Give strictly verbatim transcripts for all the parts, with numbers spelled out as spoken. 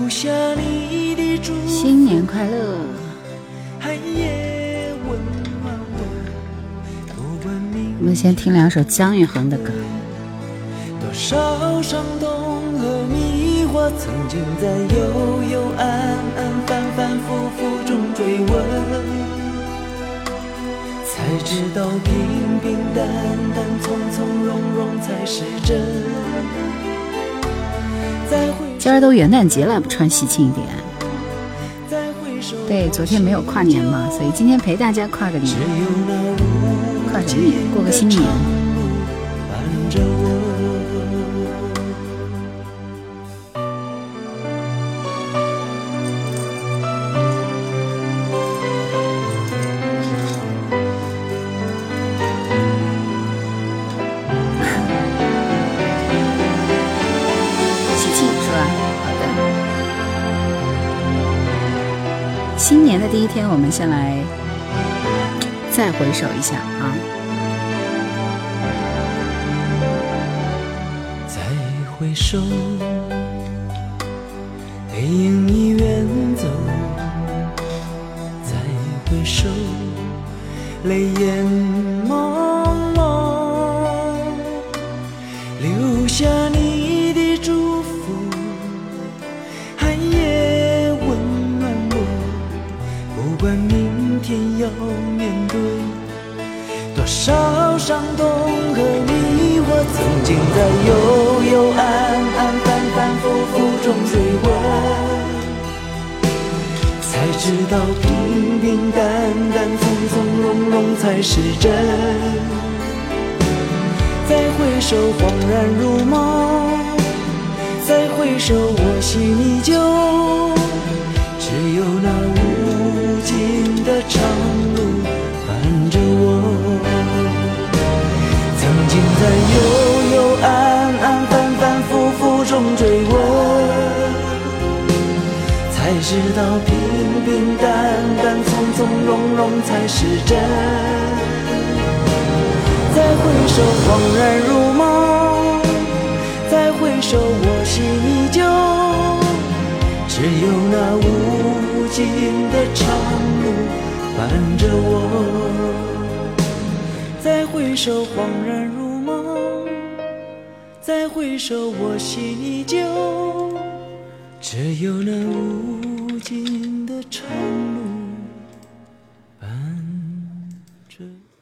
新年快乐。我们先听两首姜育恒的歌。 多少伤痛和迷惑，曾经在幽幽暗暗反反复复中追问，才知道平平淡淡从从容容才是真。 今儿都元旦节了，不穿喜庆一点。对，昨天没有跨年嘛，所以今天陪大家跨个年。跨什么年？过个新年。新年的第一天，我们先来再回首一下啊！ 再回首，背影已远走；再回首，泪眼朦胧，留下你的祝福。不管明天要面对多少伤痛和迷惑，曾经在幽幽暗暗反反复复中追问，才知道平平淡淡从从容容才是真。再回首恍然如梦，再回首我心依旧，只有那无尽的长路伴着我，曾经在幽幽暗暗反反复复中追问，才知道平平淡淡从从容容才是真。再回首恍然如梦，再回首我心依旧，只有那无尽的长路伴着我。再回首恍然如梦，再回首我心依旧，只有那无尽的长路伴着。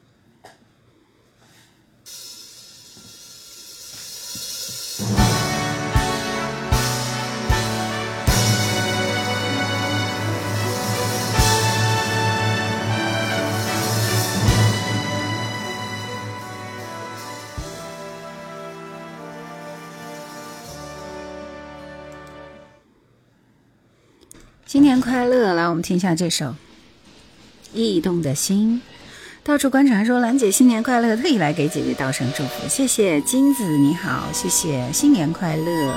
新年快乐！来，我们听一下这首《驿动的心》。到处观察说，兰姐新年快乐，特意来给姐姐道声祝福，谢谢金子，你好，谢谢，新年快乐。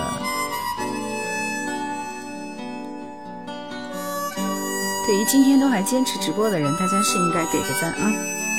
对于今天都还坚持直播的人，大家是应该给个赞啊！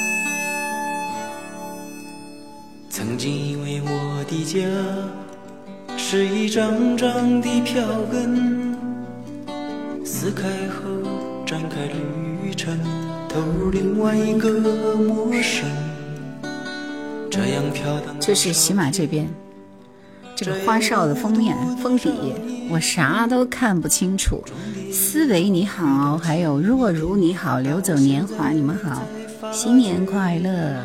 曾经以为我的家是一张张的票根，撕开后展开旅程，投入另外一个陌生。这样飘荡， 这是喜马这边这个花哨的封面封底，我啥都看不清楚。思维你好，还有若如你好，流走年华，你们好，新年快乐。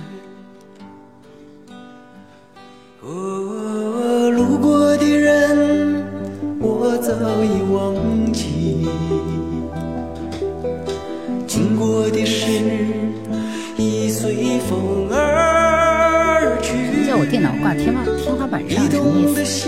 哦，路过的人我早已忘记，经过的事已随风而去。 叫我电脑挂天花天花板上什么意思？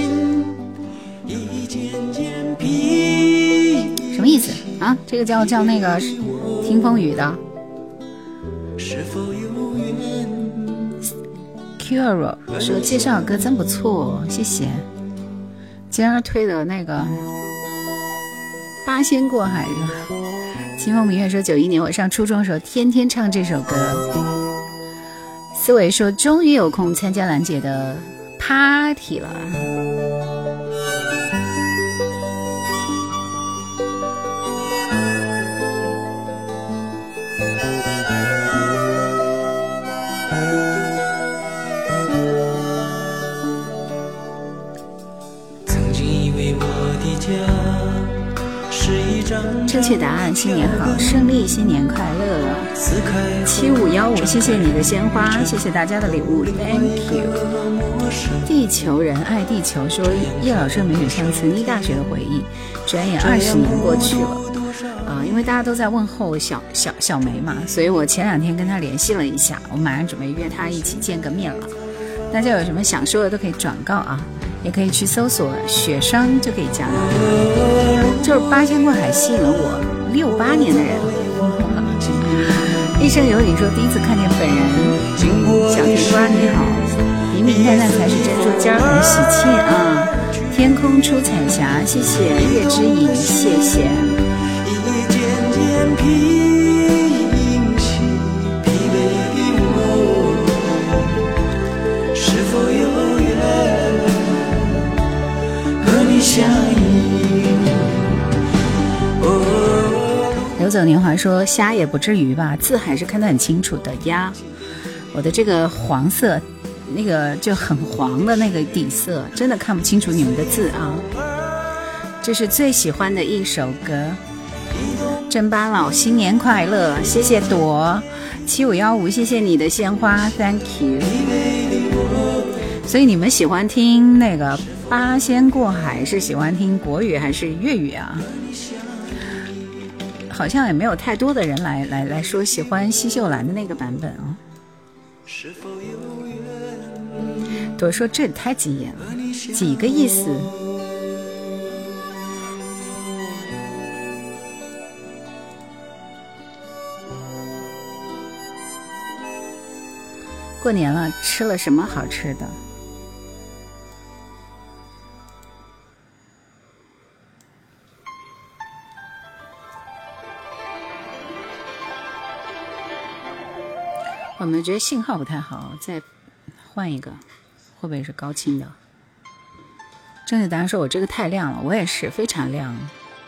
什么意思啊？这个叫叫那个听风雨的。Curo 说介绍歌真不错，谢谢。今儿推的那个八仙过海是吧？清风明月说九一年我上初中的时候天天唱这首歌。思维说终于有空参加兰姐的 party 了。 正确答案，新年好，胜利，新年快乐。七五幺五，谢谢你的鲜花，谢谢大家的礼物 ，Thank you。地球人爱地球说，叶老师的美女像成立大学的回忆，转眼二十年过去了。啊、呃，因为大家都在问候小小小梅嘛，所以我前两天跟她联系了一下，我马上准备约她一起见个面了。大家有什么想说的都可以转告啊，也可以去搜索雪霜就可以加到。就是八仙过海吸引了我六八年的人。一生有你说第一次看见本人，小甜瓜你好，明明淡淡才是珍珠，今儿很喜庆啊！天空出彩霞，谢谢月之影，谢谢。一件件平息疲惫的我，是否有缘和你相依？游走年华说虾也不至于吧，字还是看得很清楚的呀。我的这个黄色那个就很黄的那个底色真的看不清楚你们的字啊。这是最喜欢的一首歌，珍巴老新年快乐，谢谢朵七五一五，谢谢你的鲜花 Thank you。 所以你们喜欢听那个八仙过海是喜欢听国语还是粤语啊？好像也没有太多的人来来来说喜欢西秀兰的那个版本啊。朵说这太惊艳了，几个意思？过年了，吃了什么好吃的？我们觉得信号不太好，再换一个，会不会是高清的？正确答案说我这个太亮了，我也是非常亮，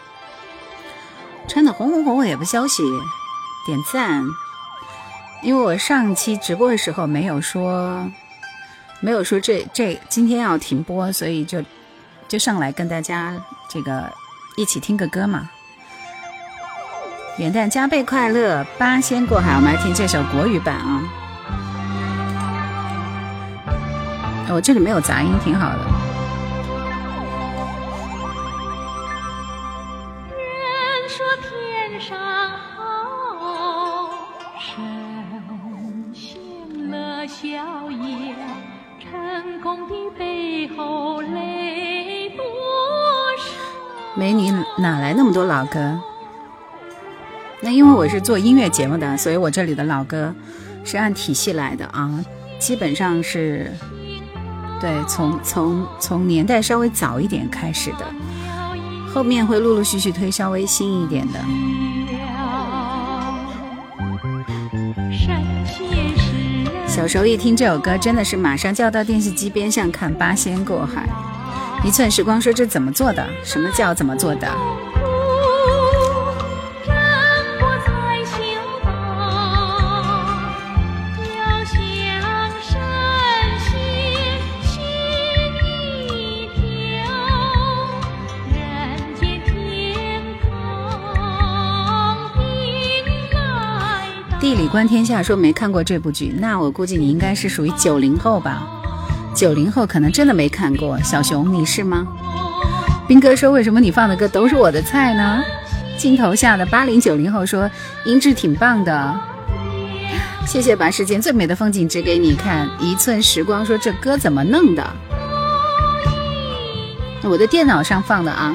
穿的红红红，也不消息，点赞。因为我上期直播的时候没有说，没有说这这今天要停播，所以就就上来跟大家这个一起听个歌嘛。元旦加倍快乐，八仙过海，我们来听这首国语版啊。我、哦、这里没有杂音，挺好的。 人说天上好，神仙了笑颜，成功的背后泪多少。 美女哪来那么多老歌？那因为我是做音乐节目的，所以我这里的老歌是按体系来的啊，基本上是对从从从年代稍微早一点开始的，后面会陆陆续续推稍微新一点的。小时候一听这首歌，真的是马上就要到电视机边上看八仙过海。一寸时光说这怎么做的？什么叫怎么做的？地理观天下说没看过这部剧，那我估计你应该是属于九零后吧，九零后可能真的没看过。小熊你是吗？斌哥说为什么你放的歌都是我的菜呢？镜头下的八零九零后说音质挺棒的，谢谢把世间最美的风景指给你看。一寸时光说这歌怎么弄的？我的电脑上放的啊。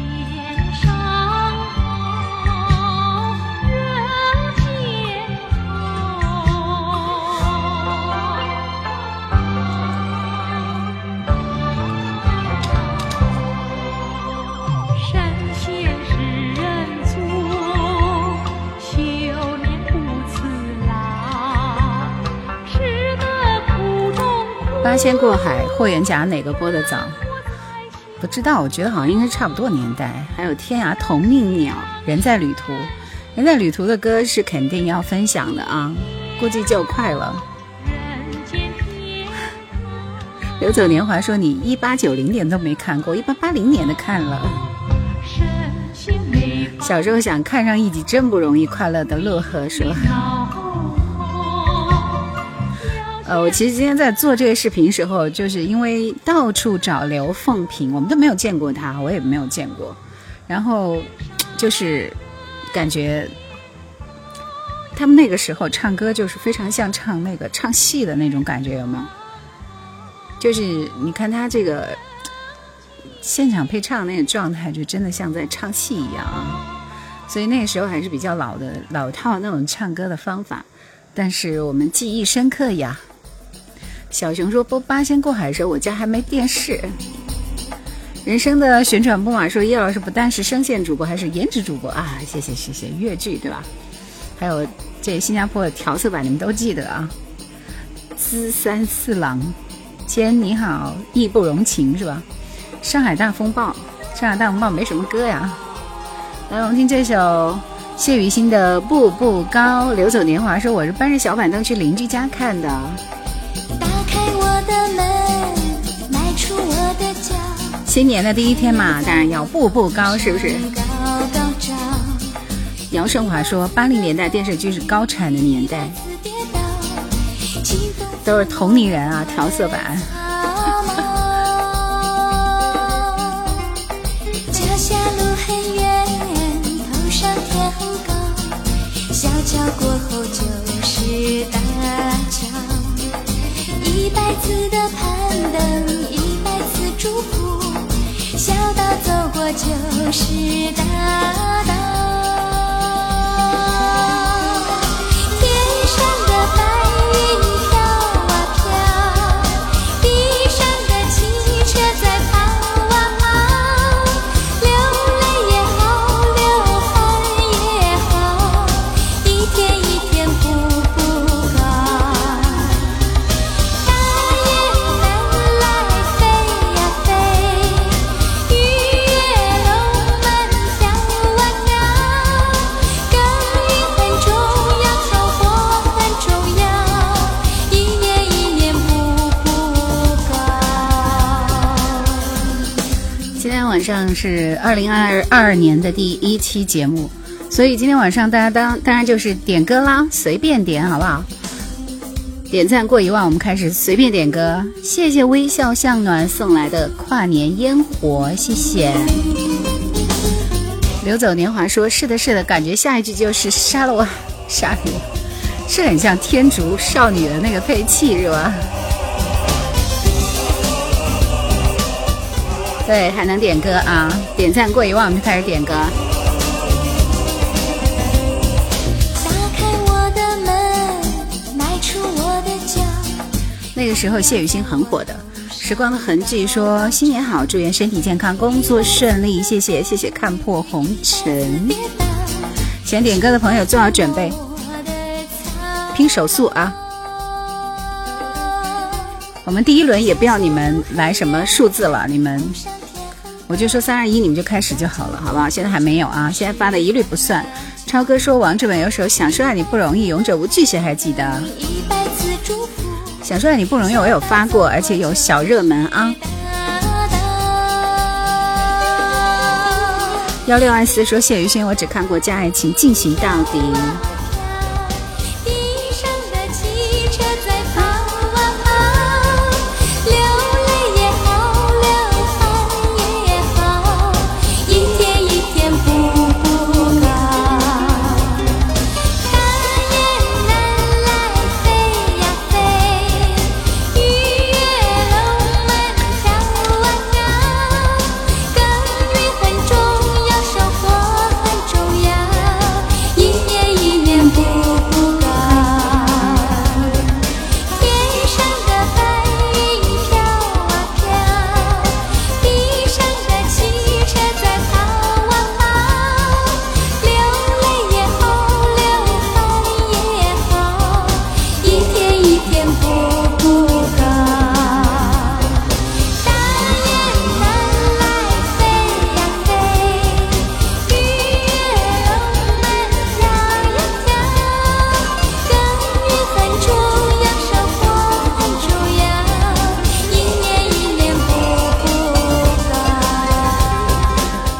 八仙过海，霍元甲哪个播的早？不知道，我觉得好像应该差不多年代。还有天涯同命鸟，人在旅途，人在旅途的歌是肯定要分享的啊，估计就快了。流走年华说你一八九零年都没看过，一八八零年的看了。 小时候想看上一集真不容易，快乐的乐呵说。呃，我其实今天在做这个视频时候，就是因为到处找刘凤萍，我们都没有见过她，我也没有见过，然后就是感觉他们那个时候唱歌就是非常像唱那个唱戏的那种感觉，有没有？就是你看他这个现场配唱那个状态，就真的像在唱戏一样啊。所以那个时候还是比较老的老套那种唱歌的方法，但是我们记忆深刻呀。小熊说播八仙过海的时候，我家还没电视。人生的旋转木马说叶老师不但是声线主播，还是颜值主播啊！谢谢谢谢，粤剧对吧？还有这新加坡的调色板，你们都记得啊。资三四郎，坚你好，义不容情是吧？上海大风暴，上海大风暴没什么歌呀。来，我们听这首谢雨欣的《步步高》。流走年华说我是搬着小板凳去邻居家看的。 打开我的门，迈出我的脚。 新年的第一天嘛，当然要步步高，是不是？姚胜华说八零年代电视剧是高产的年代，都是同龄人啊，调色板。 脚下路很远，头上天很高，小桥过后就是大桥，一百次的攀登，一百次祝福，小道走过就是大道。 晚上是二零二二年的第一期节目，所以今天晚上大家当当然就是点歌啦，随便点好不好？点赞过一万，我们开始随便点歌。谢谢微笑向暖送来的跨年烟火，谢谢。流走年华说是的是的，感觉下一句就是杀了我杀了我，是很像天竺少女的那个配器是吧？对，还能点歌啊！点赞过一万，我们就开始点歌。 打开我的门，迈出我的脚。 那个时候谢雨欣很火的，时光的痕迹说新年好，祝愿身体健康，工作顺利，谢谢谢谢，看破红尘。想点歌的朋友做好准备，拼手速啊！我们第一轮也不要你们来什么数字了，你们我就说三二一，你们就开始就好了，好不好？现在还没有啊，现在发的一律不算。超哥说王志文有首想说爱你不容易，勇者无惧，谁还记得？想说爱你不容易我有发过，而且有小热门啊。幺六二四说谢雨欣我只看过将爱情进行到底。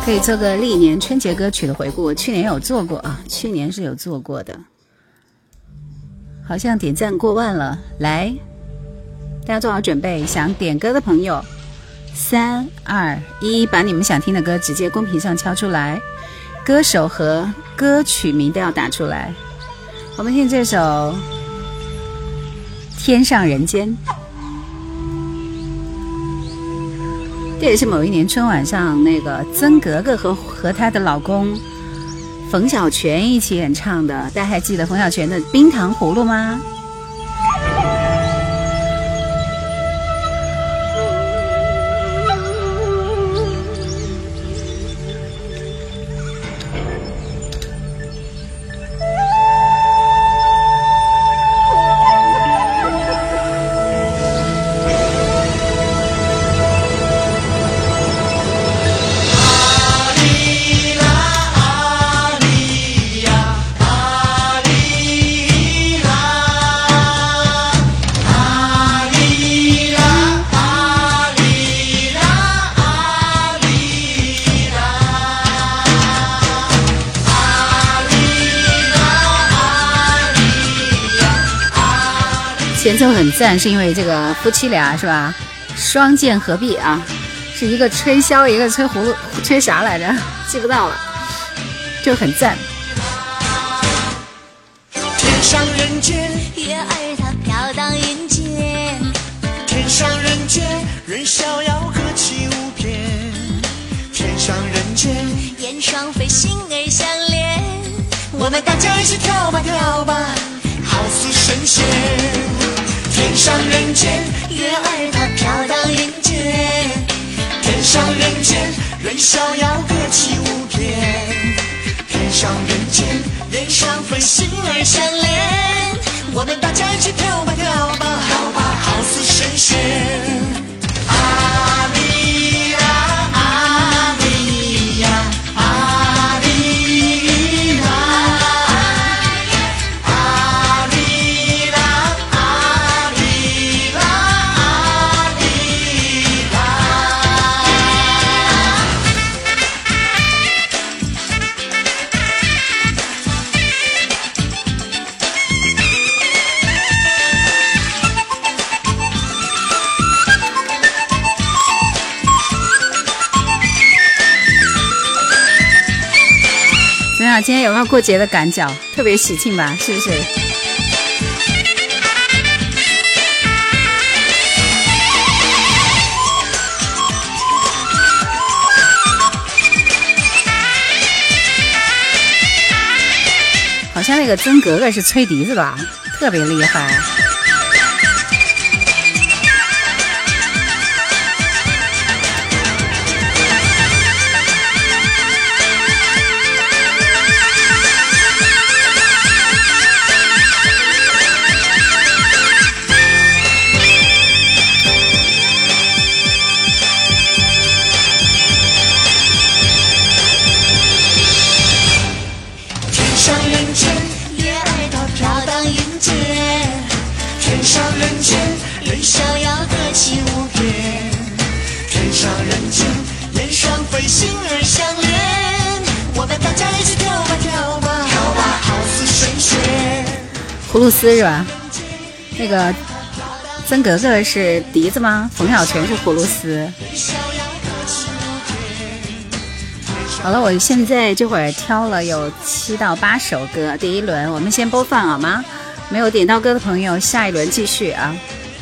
可以做个历年春节歌曲的回顾，我去年有做过啊，去年是有做过的，好像点赞过万了。来，大家做好准备，想点歌的朋友，三二一，把你们想听的歌直接公屏上敲出来，歌手和歌曲名都要打出来。我们听这首《天上人间》，这也是某一年春晚上那个曾格格和和她的老公冯小泉一起演唱的，大家还记得冯小泉的《冰糖葫芦》吗？前奏很赞，是因为这个夫妻俩是吧？双剑合璧啊，是一个吹箫，一个吹葫芦，吹啥来着？记不到了，就很赞。 天上人间， 月儿它飘荡云间， 天上人间，人逍遥，歌起舞翩。天上人间， 燕双飞，心儿相连。 我们大家一起跳吧跳吧，好似神仙。天上人间， 月儿它飘荡云间， 天上人间，人逍遥，歌起舞翩。天上人间，燕双飞，心儿相连。我们大家一起跳吧跳吧，跳吧，好似神仙。阿里呀，阿里呀，阿里呀，阿里啦，阿里啦，阿里啦。 怎么样？今天有没有过节的赶脚？特别喜庆吧？是不是？好像那个曾格格是吹笛子的吧，特别厉害。 天上人间， 月儿它飘荡云间， 天上人间，人逍逍遥歌起舞翩。 天上人间，燕双飞，心儿相连。我们大家一起跳吧跳吧，跳吧，好似神仙。 葫芦丝是吧？那个曾格格是笛子吗？冯小泉是葫芦丝。好了，我现在这会儿挑了有七到八首歌，第一轮我们先播放好吗？没有点到歌的朋友，下一轮继续啊。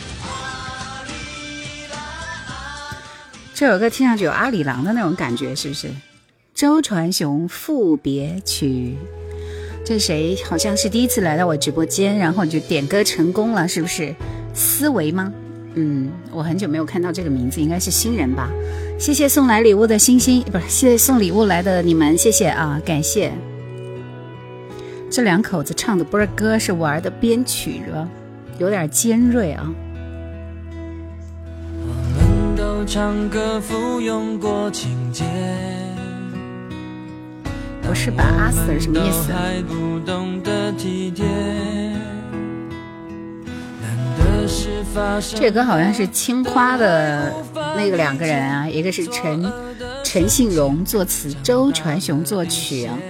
这首歌听上去有阿里郎的那种感觉，是不是？周传雄赋别曲，这谁好像是第一次来到我直播间，然后就点歌成功了，是不是？思维吗？嗯，我很久没有看到这个名字，应该是新人吧。谢谢送来礼物的星星，不是，谢谢送礼物来的你们，谢谢啊，感谢。这两口子唱的不是歌，是玩的编曲了，有点尖锐啊。 我们都唱歌附庸过情节， 不是吧？阿 Sir 什么意思？ 还不懂得体贴。这个歌好像是青花的那个两个人啊，一个是陈陈信荣作词，周传雄作曲啊。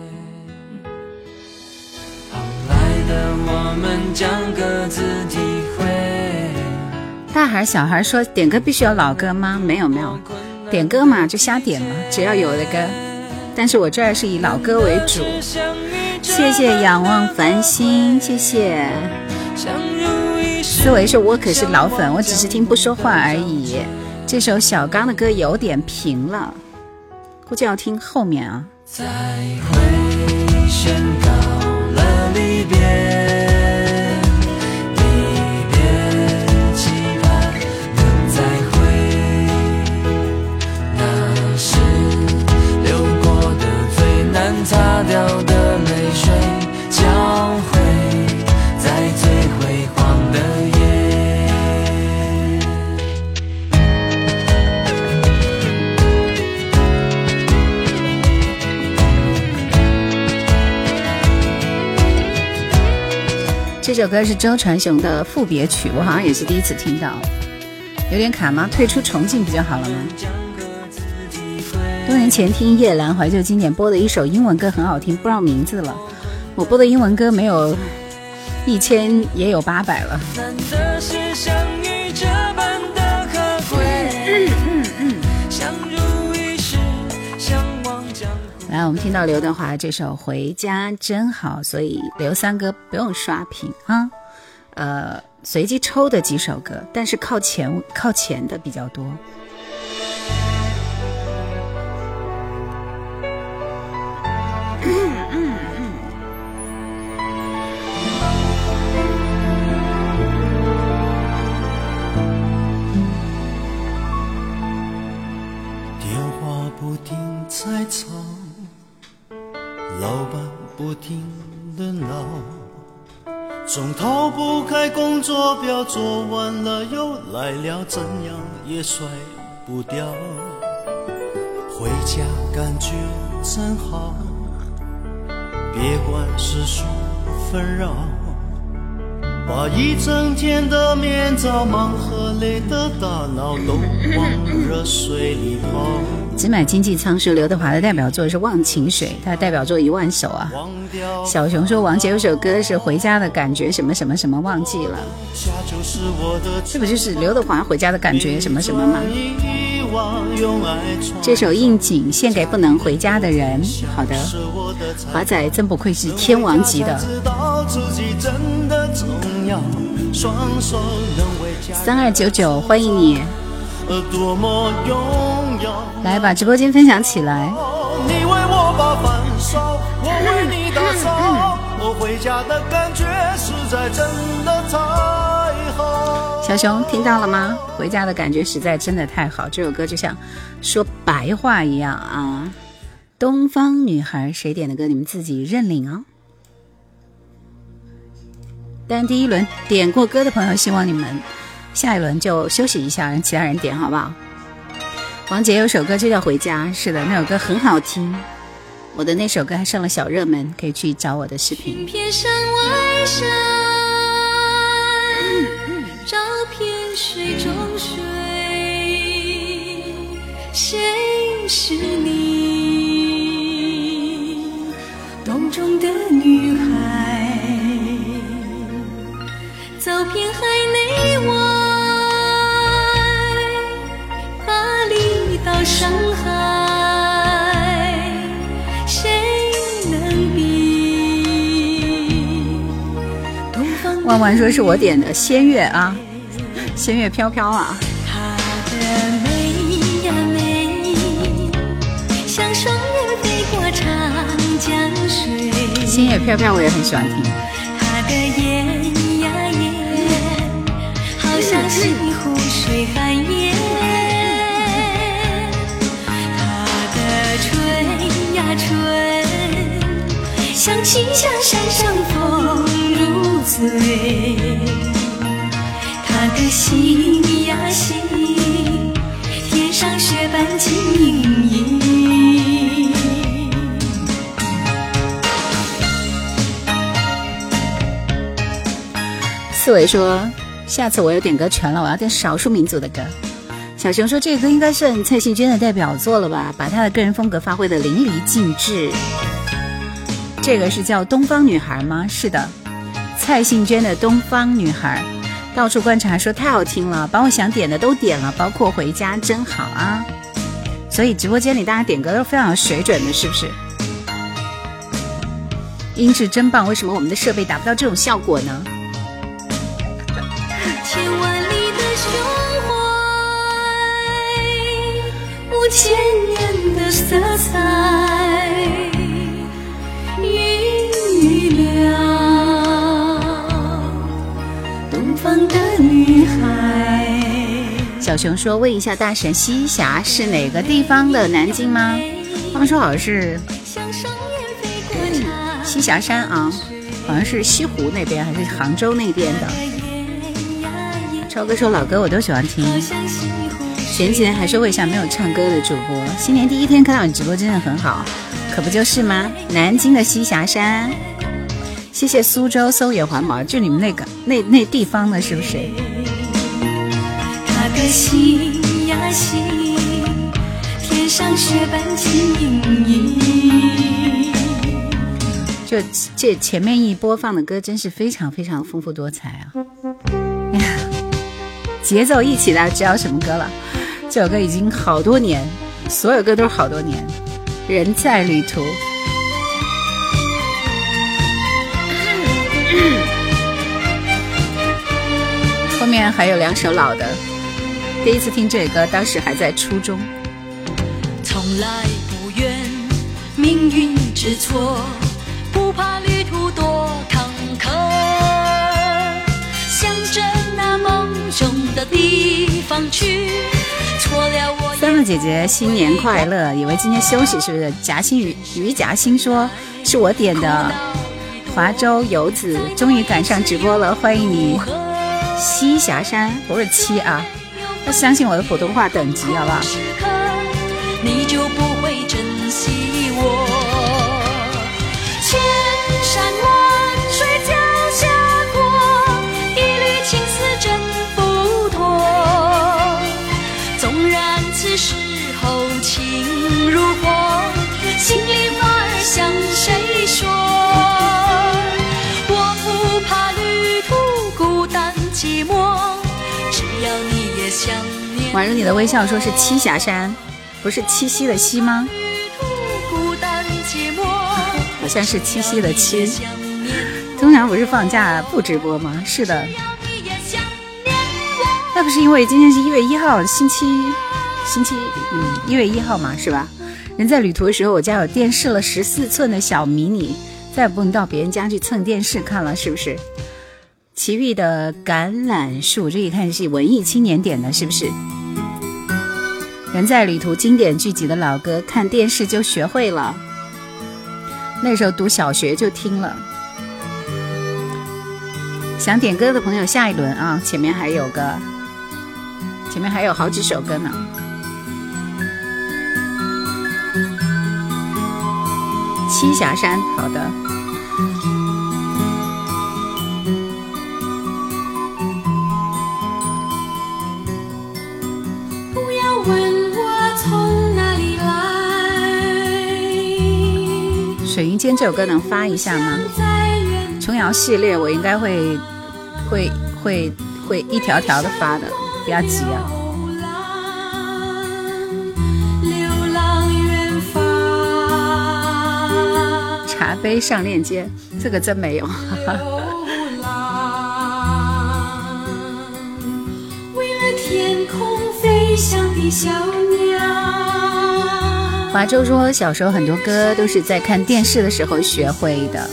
大孩小孩说点歌必须有老歌吗？没有没有，点歌嘛就瞎点嘛，只要有的歌。但是我这儿是以老歌为主。谢谢仰望繁星，谢谢。思维说我可是老粉，我只是听不说话而已。这首小刚的歌有点平了，估计要听后面啊。再会宣告了离别，离别期盼能再会，那是流过的最难擦掉的泪水，交汇在最辉煌的夜。这首歌是周传雄的赋别曲，我好像也是第一次听到。有点卡吗？退出重庆比较好了吗？多年前听叶兰怀旧经典播的一首英文歌很好听，不知道名字了。我播的英文歌没有一千也有八百了。来，我们听到刘德华这首《回家真好》，所以刘三哥不用刷屏啊。呃，随机抽的几首歌，但是靠前靠前的比较多。 电话不停在吵，老板不停地闹，总逃不开工作表，做完了又来了，怎样也甩不掉。回家感觉真好，别管世俗纷扰，把一整天的面罩、忙和累的大脑都往热水里泡。 只买经济舱是刘德华的代表作是《忘情水》，他的代表作一万首啊。小熊说王杰有首歌是回家的感觉什么什么什么忘记了，这不就是刘德华回家的感觉什么什么吗？这首应景献给不能回家的人。好的，华仔真不愧是天王级的。三二九九欢迎你，来把直播间分享起来。你为我把饭烧，我为你打扫，我回家的感觉实在真的太好。小熊听到了吗？回家的感觉实在真的太好，这首歌就像说白话一样啊。东方女孩谁点的歌你们自己认领哦。但第一轮点过歌的朋友，希望你们下一轮就休息一下，让其他人点好不好？王杰有首歌就叫《回家》，是的，那首歌很好听，我的那首歌还上了小热门，可以去找我的视频。 片山外山，照片水中水，谁是你梦中的女孩？走遍海内外，巴黎到上海，谁能比？ 万万说是我点的仙乐啊，仙乐飘飘啊。 她的美呀美，像双人飞过长江水。 仙乐飘飘我也很喜欢听。 她的眼像西湖水寒烟，他的唇呀唇，像七香山上风如醉，他的心呀心，天上雪般晶莹。 四维说下次我有点歌全了，我要点少数民族的歌。 小熊说这个歌应该算蔡幸娟的代表作了吧，把她的个人风格发挥的淋漓尽致。这个是叫东方女孩吗？是的，蔡幸娟的东方女孩。到处观察说太好听了，把我想点的都点了，包括回家真好啊。所以直播间里大家点歌都非常有水准的，是不是？音质真棒，为什么我们的设备达不到这种效果呢？ 千万里的胸怀，五千年的色彩，预料东方的女孩。 小熊说问一下大神，西峡是哪个地方的？南京吗？他们说好像是西峡山啊，好像是西湖那边还是杭州那边的。超哥说老歌我都喜欢听，前几天还说为啥没有唱歌的主播，新年第一天看到你直播真的很好，可不就是吗？南京的西峡山，谢谢苏州搜野环保，就你们那个那那地方的是不是？ 他的心呀心，天上雪般轻盈盈。 就这前面一播放的歌真是非常非常丰富多彩啊！节奏一起来知道什么歌了？这首歌已经好多年，所有歌都是好多年。人在旅途。后面还有两首老的，第一次听这歌当时还在初中。 从来不怨命运之错，不怕旅途多坎坷，向着那梦中的地方去。错了我三个姐姐新年快乐，以为今天休息是不是？夹心于于夹心说是我点的。华州游子终于赶上直播了，欢迎你。西峡山不是七啊，要相信我的普通话等级好不好？ 你就不会珍惜我。千山万水脚下过，一缕情丝真不脱。纵然此时候情如火，心里话儿向谁说？我不怕旅途孤单寂寞，只要你也想念。 宛如你的微笑说是栖霞山，不是七夕的夕吗？好像是七夕的七。通常不是放假不直播吗？是的。那不是因为今天是一月一号，星期星期嗯一月一号嘛，是吧？人在旅途的时候，我家有电视了，十四寸的小迷你，再也不能到别人家去蹭电视看了，是不是？奇遇的橄榄树，这一看是文艺青年点的，是不是？人在旅途经典剧集的老歌，看电视就学会了。那时候读小学就听了。想点歌的朋友，下一轮啊，前面还有个，前面还有好几首歌呢。栖霞山，好的。 不要问我从哪里来。 水云间这首歌能发一下吗？琼瑶系列我应该会会会会一条条的发的，不要急啊。茶杯上链接，这个真没有。 为了天空飞翔的小鸟。 华州说，小时候很多歌都是在看电视的时候学会的。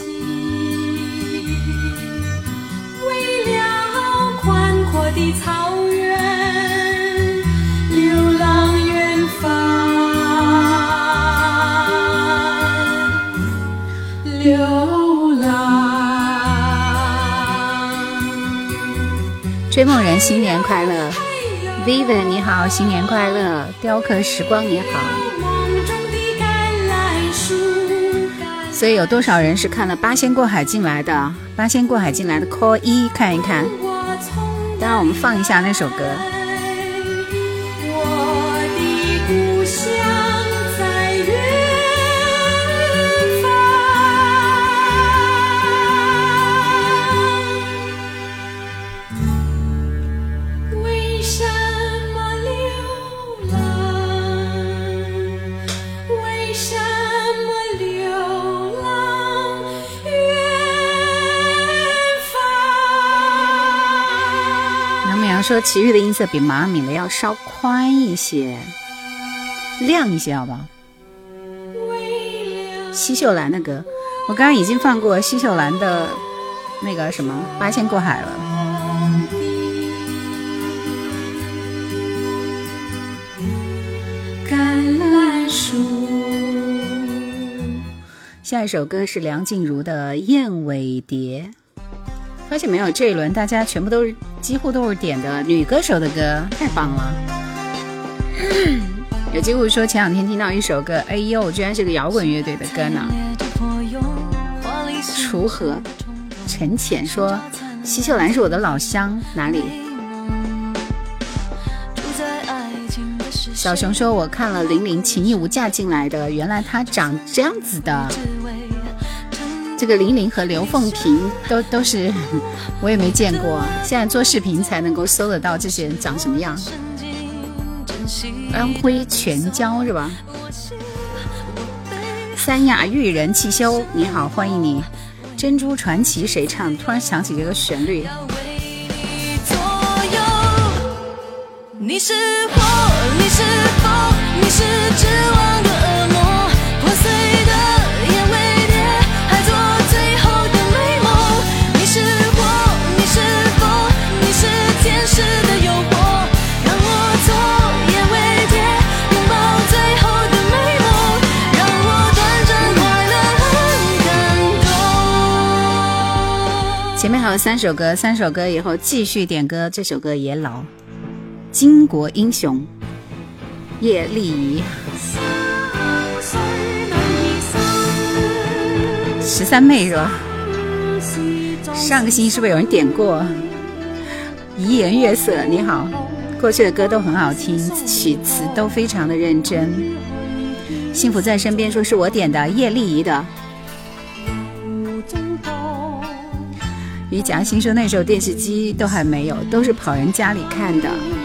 为了宽阔的草原，流浪远方。流浪。 追梦人新年快乐 Vivian 你好，新年快乐。雕刻时光你好。所以有多少人是看了八仙过海进来的？八仙过海进来的 call 一看一看。当然我们放一下那首歌。 我说齐豫的音色比马敏的要稍宽一些，亮一些，好不好？奚秀兰的歌，我刚刚已经放过奚秀兰的那个什么《八仙过海》了。橄榄树。下一首歌是梁静茹的《燕尾蝶》。发现没有，这一轮大家全部都是几乎都是点的女歌手的歌，太棒了。有机会说前两天听到一首歌，哎呦，居然是个摇滚乐队的歌呢。锄禾陈浅说奚秀兰是我的老乡，哪里？小熊说我看了零零情义无价进来的，原来他长这样子的。这个玲玲和刘凤萍都都是我也没见过，现在做视频才能够搜得到这些人长什么样。安徽全椒是吧？三亚玉人汽修，你好，欢迎你。珍珠传奇谁唱？突然想起这个旋律。 你是火，你是风，你是指望的恶魔，破碎的燕尾蝶，还做最后的美梦。你是火，你是风，你是天使的诱惑，让我做燕尾蝶，拥抱最后的美梦，让我短暂快乐很感动。 前面还有三首歌，三首歌以后继续点歌，这首歌也老。巾帼英雄叶丽仪，十三妹是吧？上个星期是不是有人点过遗颜月色？你好，过去的歌都很好听，曲词都非常的认真。幸福在身边说是我点的，叶丽仪的。于夹心说那时候电视机都还没有，都是跑人家里看的。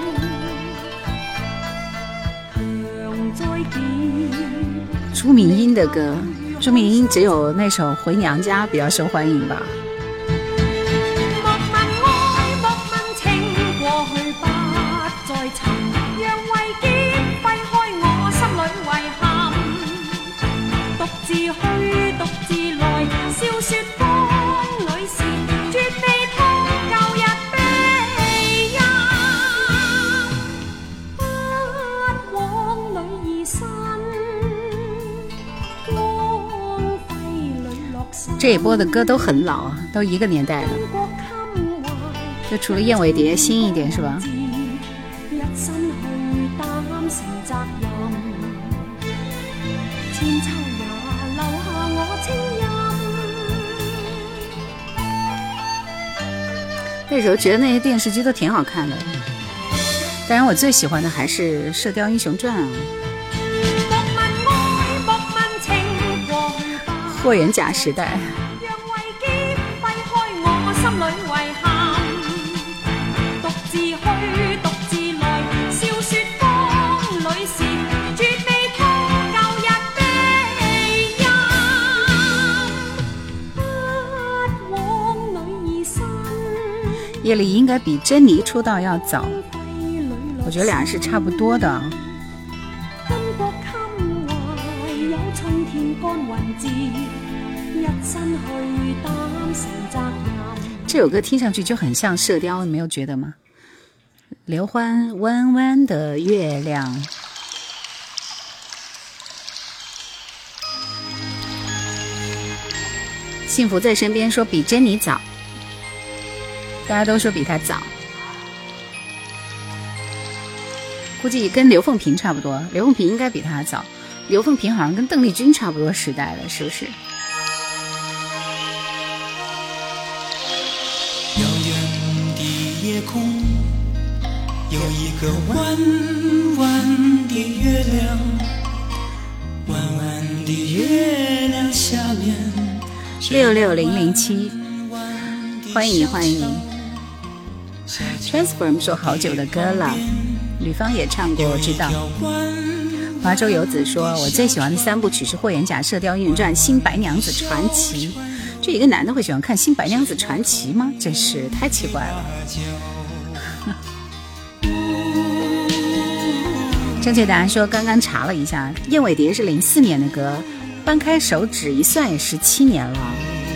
朱明英的歌，朱明英只有那首《回娘家》比较受欢迎吧。 莫問愛，莫問情，過去不再尋，讓遺結揮開我心裏遺憾，獨自去，獨自來，笑說風裏是絕未通舊日悲音，不往女兒身。 这一波的歌都很老啊，都一个年代的，就除了燕尾蝶新一点是吧？那时候觉得那些电视剧都挺好看的，当然我最喜欢的还是《射雕英雄传》啊。霍元甲时代，叶丽应该比珍妮出道要早，我觉得俩人是差不多的。这首歌听上去就很像射雕，你没有觉得吗？刘欢弯弯的月亮，幸福在身边说比珍妮早，大家都说比她早，估计跟刘凤萍差不多，刘凤萍应该比她早，刘凤萍好像跟邓丽君差不多时代了，是不是？ 遥远的夜空有一个弯弯的月亮，弯弯的月亮下面六六零零七，欢迎你，欢迎你。Transform 说好久的歌了，吕方也唱过，我知道。华州游子说我最喜欢的三部曲是《霍元甲》《射雕英雄传》《新白娘子传奇》。就一个男的会喜欢看《新白娘子传奇》吗？真是太奇怪了。 正确答案说，刚刚查了一下，燕尾蝶是零四年的歌，掰开手指一算也十七年了。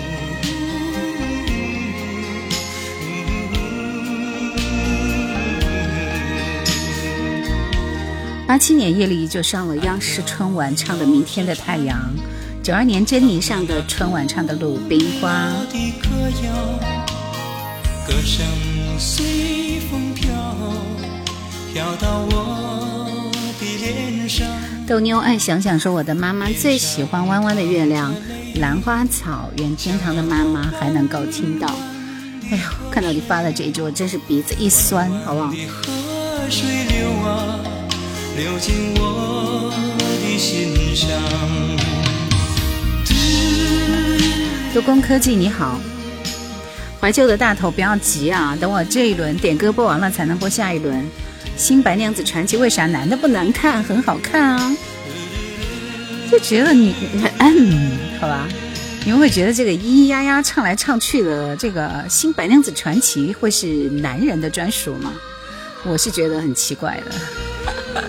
八七年叶丽就上了央视春晚，唱的《明天的太阳》。九二年珍妮上的春晚，唱的《鲁冰花》。 歌声随风飘，飘到我的脸上。 豆妞爱想想说，我的妈妈最喜欢弯弯的月亮，兰花草，愿天堂的妈妈还能够听到。哎呦，看到你发的这一句，我真是鼻子一酸，好不好？ 河水流啊，流进我的心上。 多工科技你好，怀旧的大头不要急啊，等我这一轮点歌播完了才能播下一轮。新白娘子传奇为啥男的不难看，很好看啊？就觉得你嗯，好吧，你们会觉得这个咿咿呀呀唱来唱去的这个新白娘子传奇会是男人的专属吗？我是觉得很奇怪的。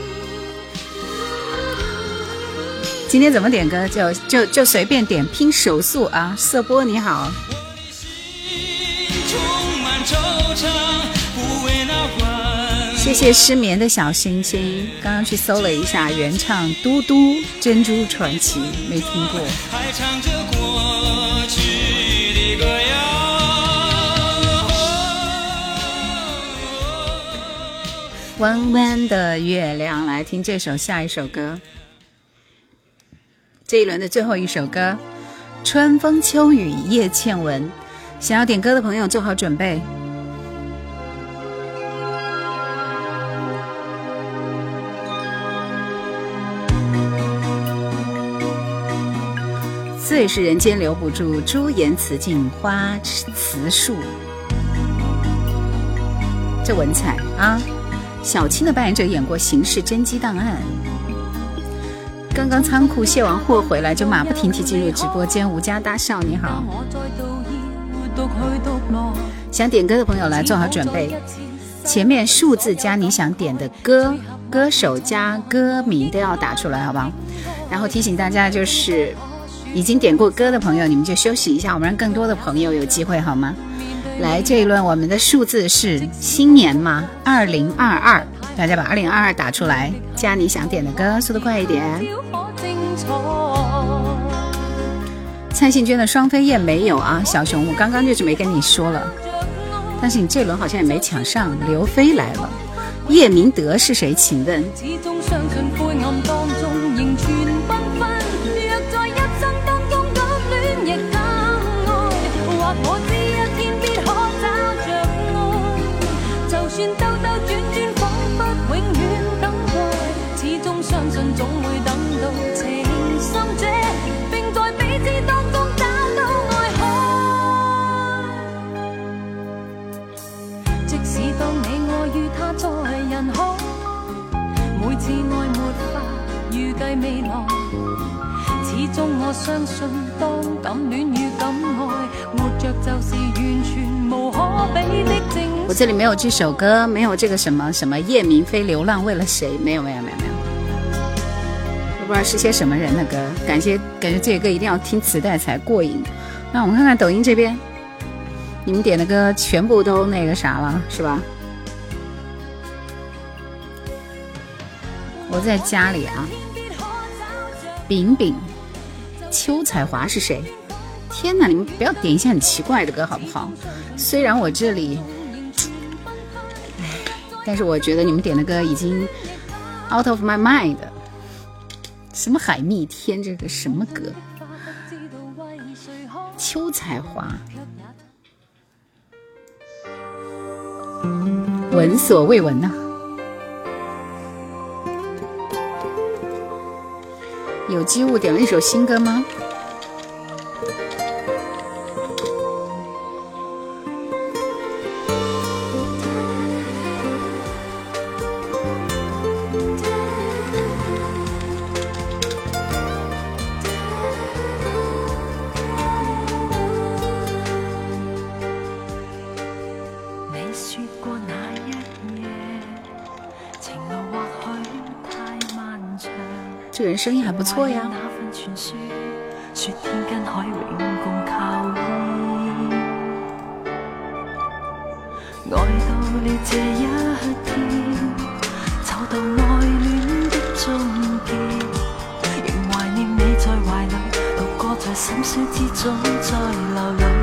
今天怎么点歌就就就随便点，拼手速啊！色波你好，谢谢失眠的小星星。刚刚去搜了一下原唱嘟嘟珍珠传奇，没听过。 还唱着过去的歌谣， 弯弯的月亮，来听这首下一首歌。这一轮的最后一首歌，春风秋雨叶倩文。想要点歌的朋友做好准备。最是人间留不住，朱颜辞镜花辞树。这文采啊！小青的扮演者演过《刑事侦缉档案》。刚刚仓库卸完货回来，就马不停蹄进入直播间。吴家大少你好，想点歌的朋友来做好准备，前面数字加你想点的歌，歌手加歌名都要打出来，好不好？然后提醒大家，就是已经点过歌的朋友，你们就休息一下，我们让更多的朋友有机会，好吗？来，这一轮我们的数字是新年嘛，二零二二，大家把二零二二打出来，加你想点的歌，速度快一点。蔡幸娟的双飞燕没有啊，小熊，我刚刚就没跟你说了，但是你这轮好像也没抢上。刘飞来了，叶明德是谁？请问？ 總會等到情深者，並在彼此當中找到愛海。即使當你愛與他在人海，每次愛沒法預計未來，始終我相信當感戀與感愛，活着就是完全無可比的精彩。 我這裡沒有這首歌，沒有這個什麼什麼葉明飛流浪為了誰，沒有沒有沒有沒有。不知道是些什麼人的歌，感覺感覺這個歌一定要聽磁帶才過癮。那我們看看抖音這邊，你們點的歌全部都那個啥了，是吧？我在家裡啊，餅餅，邱彩華是誰？天哪，你們不要點一些很奇怪的歌好不好？雖然我這裡，但是我覺得你們點的歌已經 out of my mind。什麼海蜜天，這個什麼歌？邱彩華，聞所未聞啊！有機物點了一首新歌嗎？ 这个人声音还不错呀。 那份傳說說天跟海永共靠依，愛到了這一天，就到愛戀的終結，仍懷念你在懷裡，獨個在深宵之中在流淚。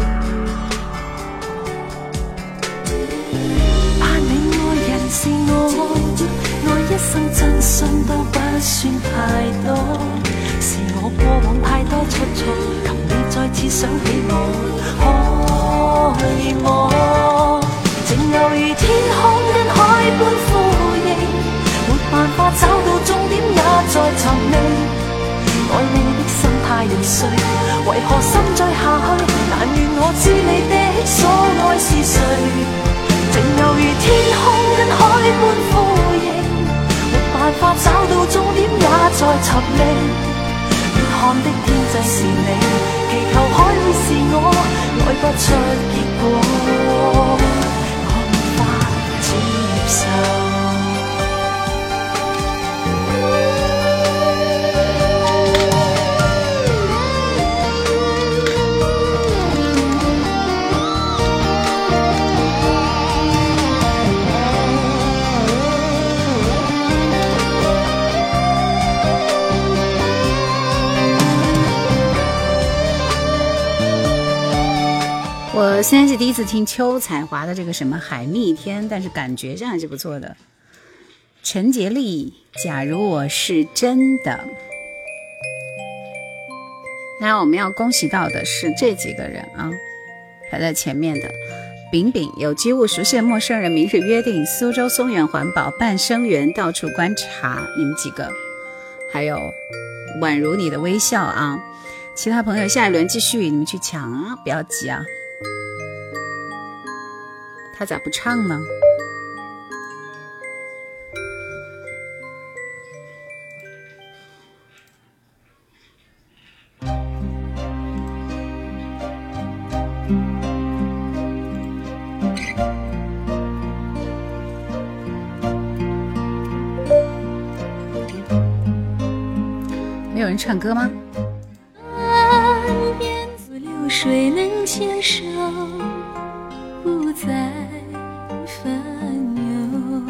怕你愛人是我，愛一生真心都不算太多，是我過往太多出錯，求你再次想起我，愛我。情猶如天空跟海般呼應，沒辦法找到終點也在尋覓，愛你的心太易碎，為何心再下去，但願我知你的所愛是誰。情猶如天空跟海般呼應，沒辦法找到終點也在尋覓，遠看的天際是你，祈求海會是我，愛不出結果，我無法接受。 我现在是第一次听邱彩华的这个什么海蜜天，但是感觉上还是不错的。陈洁丽，假如我是真的。那我们要恭喜到的是这几个人啊，排在前面的饼饼，有机物熟悉的陌生人，明日约定，苏州松远环保，半生缘，到处观察，你们几个，还有宛如你的微笑啊。其他朋友下一轮继续，你们去抢啊，不要急啊。他咋不唱呢？没有人唱歌吗？ 岸边流水能牵手，不再烦忧。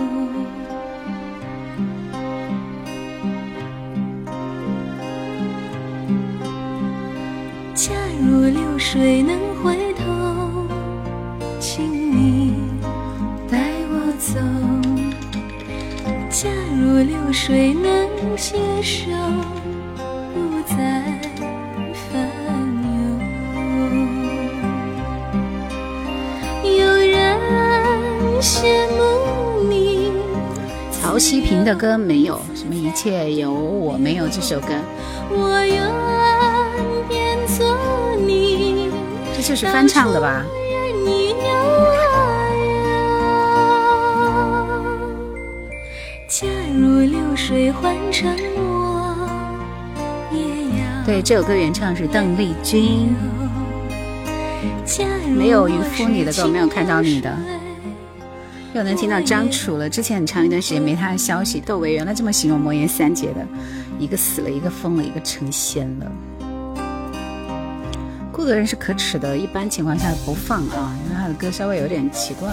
假如流水能回头，请你带我走。假如流水能携手，不再烦忧。有人羡慕你。 曹希平的歌没有，什么一切有我没有这首歌， 我愿变作你， 这就是翻唱的吧？ 你有爱啊。假如流水换成我，也要对，这首歌原唱是邓丽君。没有渔夫你的歌，没有看到你的。又能听到张楚了，之前很长一段时间没他的消息。窦唯原来这么形容魔岩三杰的，一个死了，一个疯了，一个成仙了。顾德人是可耻的，一般情况下不放啊，因为他的歌稍微有点奇怪。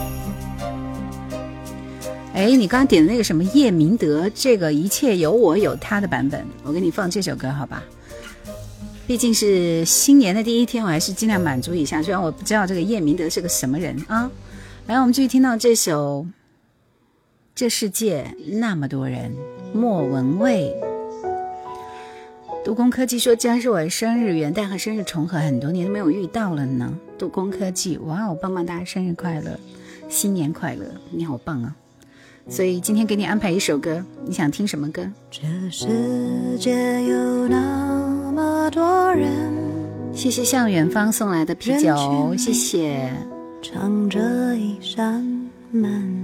哎，你刚刚点的那个什么叶明德，这个一切有我有他的版本，我给你放这首歌好吧？毕竟是新年的第一天，我还是尽量满足一下，虽然我不知道这个叶明德是个什么人啊。来，我们继续听到这首《这世界那么多人》，莫文蔚。杜工科技说今天是我的生日，元旦和生日重合，很多年都没有遇到了呢。杜工科技，哇哦，棒棒哒，生日快乐，新年快乐，你好棒啊！所以今天给你安排一首歌，你想听什么歌？ 这世界有那么多人， 谢谢向远方送来的啤酒，谢谢。 唱着一扇门，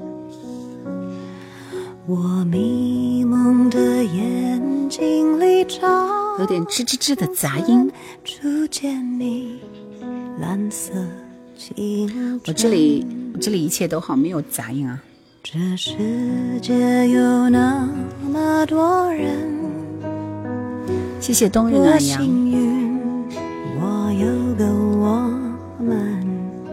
我迷蒙的眼睛里找， 有点吱吱吱的杂音。 初见你蓝色清晨， 我这里我这里一切都好，没有杂音啊。 这世界有那么多人， 谢谢冬日多暖阳。 幸运，我有个我们，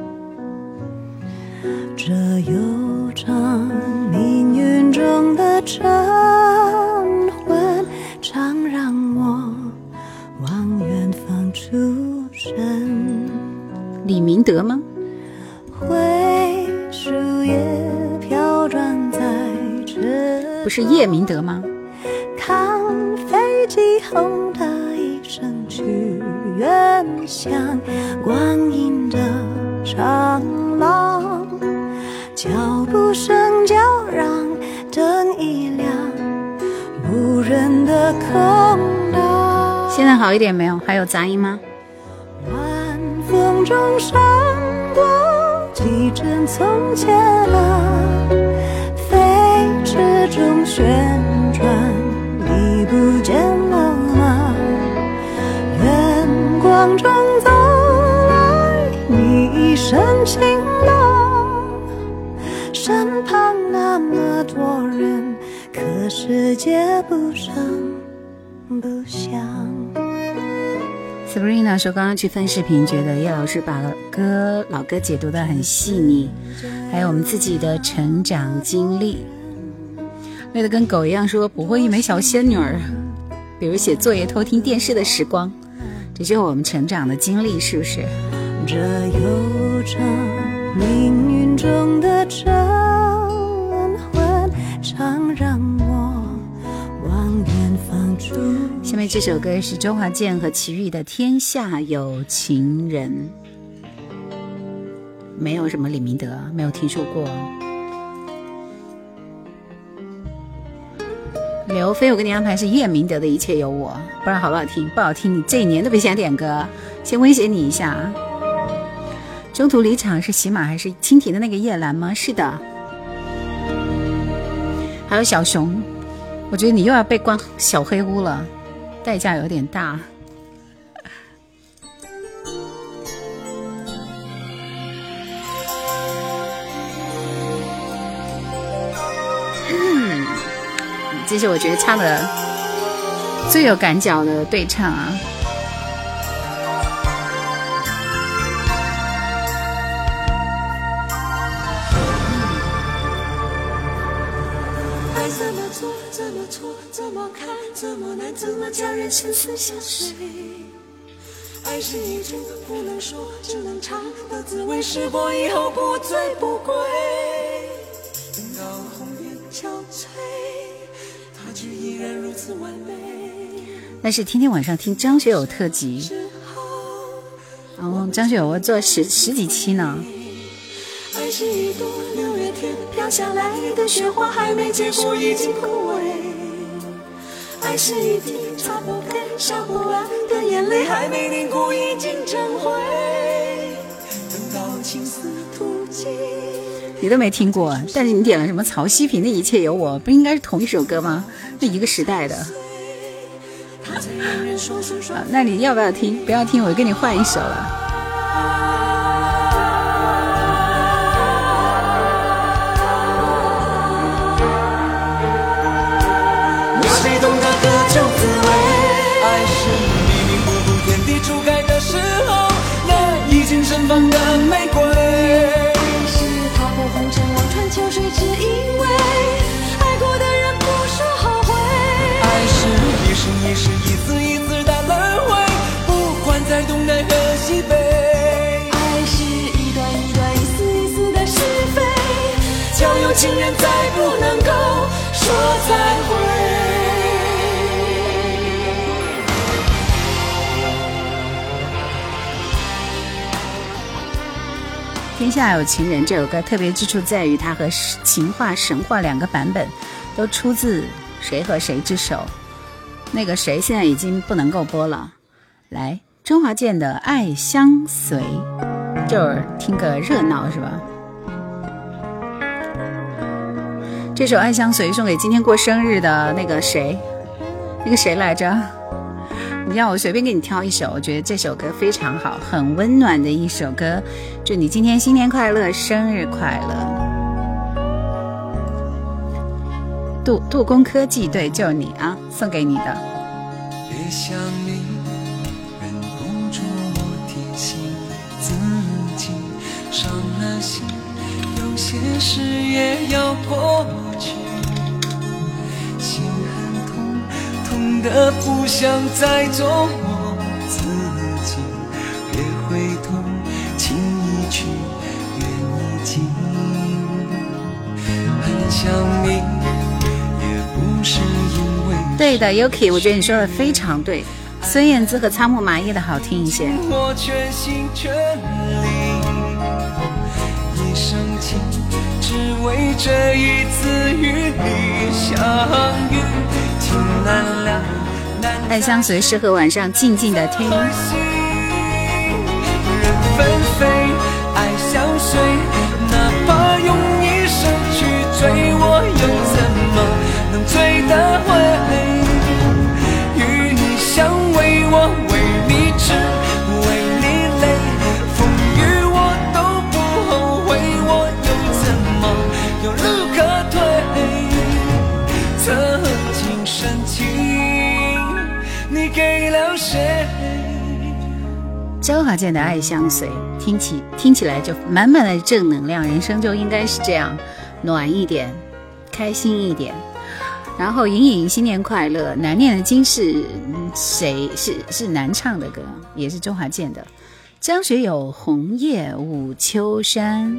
这悠长命运中的晨昏，常让我往远方出神。 李明德吗？ 灰树叶飘转在这， 不是叶明德吗？ 看飞机轰的一声去远乡，光阴的长廊，脚步声叫让灯一亮，无人的空荡。 现在好一点没有？还有杂音吗？ 晚风中闪过几帧从前啊，飞驰中旋转，你不见了吗？远光中走来你一身晴朗，身旁那么多人，可世界不声不响。 Sabrina 说刚刚去分视频，觉得叶老师把歌老歌解读得很细腻，还有我们自己的成长经历，累得跟狗一样，说不会一枚小仙女儿，比如写作业偷听电视的时光，这就是我们成长的经历，是不是？ 这悠长命运中的晨昏，常让我往远方出。 下面这首歌是周华健和齐豫的《天下有情人》，没有什么李明德，没有听说过。刘飞，我给你安排是叶明德的《一切有我》，不知道好不好听？不好听，你这一年都别想点歌，先威胁你一下。中途离场是喜马还是蜻蜓的那个叶兰吗？是的。还有小熊，我觉得你又要被关小黑屋了，代价有点大。嗯，这是我觉得唱的最有感脚的对唱啊。 爱怎么做，怎么错，怎么看，怎么难，怎么叫人生死相随。爱是一种不能说，只能尝的滋味，试过以后不醉不归。等到红颜憔悴，它却依然如此完美。 但是天天晚上听张学友特辑，哦，张学友我做十十几期呢。 爱是一朵六月天飘下来的雪花，还没结果已经枯萎。爱是一滴擦不干烧不完的眼泪，还没凝固已经成灰。等到青丝吐尽， 你都没听过，但是你点了什么曹希平的《一切有我》，不应该是同一首歌吗？那一个时代的。啊，那你要不要听？不要听，我跟你换一首了。 谁懂得各种滋味？爱是迷迷糊糊天地初开的时候，那已经盛放的玫瑰。是踏破红尘望穿秋水，只因为爱过的人不说后悔。爱是一生一世一次一次的轮回，不管在东南和西北。爱是一段一段一丝一丝的是非，交有情人再不能够说再会。 天下有情人这首歌特别之处在于它和情话神话两个版本都出自谁和谁之手，那个谁现在已经不能够播了。来，周华健的爱相随，就是听个热闹是吧？这首爱相随送给今天过生日的那个谁，那个谁来着？你让我随便给你挑一首，我觉得这首歌非常好，很温暖的一首歌。祝你今天新年快乐，生日快乐！杜杜工科技，对，就是你啊，送给你的。 别想你，忍不住我提醒自己，伤了心，有些事也要过去。心很痛，痛得不想再捉摸自己，别回头，情已去，缘已尽。很想你，也不是因为对的 Yuki， 我觉得你说的非常对。孙燕姿和仓木麻衣的好听一些。 我全心全力，一生情，只为这一次与你相遇。情难了，难爱相随适合晚上静静的听。 人纷飞，爱相随，哪怕用一生去追，我又怎么能追得回？与你相偎，我为你痴，为你累，风雨我都不后悔，我又怎么有路可退？曾经深情，你给了谁？ 周华健的爱相随，听起听起来就满满的正能量，人生就应该是这样，暖一点，开心一点。然后莹莹新年快乐，难念的经是谁？是是难唱的歌，也是周华健的。张学友红叶舞秋山。